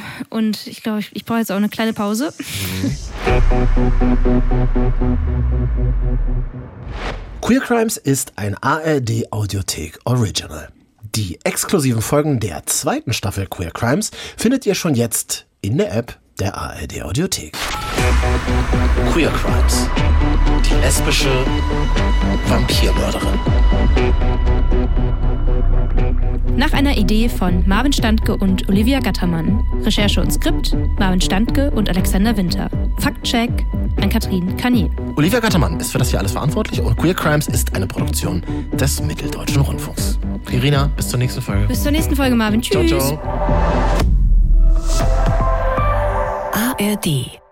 Und ich glaube, ich, ich brauche jetzt auch eine kleine Pause. Mhm. Queer Crimes ist ein A R D-Audiothek Original. Die exklusiven Folgen der zweiten Staffel Queer Crimes findet ihr schon jetzt in der App der A R D-Audiothek. Queer Crimes. Die lesbische Vampirmörderin. Nach einer Idee von Marvin Standke und Olivia Gattermann. Recherche und Skript Marvin Standke und Alexander Winter. Faktcheck Ann-Kathrin Kanier. Olivia Gattermann ist für das hier alles verantwortlich und Queer Crimes ist eine Produktion des Mitteldeutschen Rundfunks. Irina, bis zur nächsten Folge. Bis zur nächsten Folge, Marvin. Tschüss. Ciao, ciao. A R D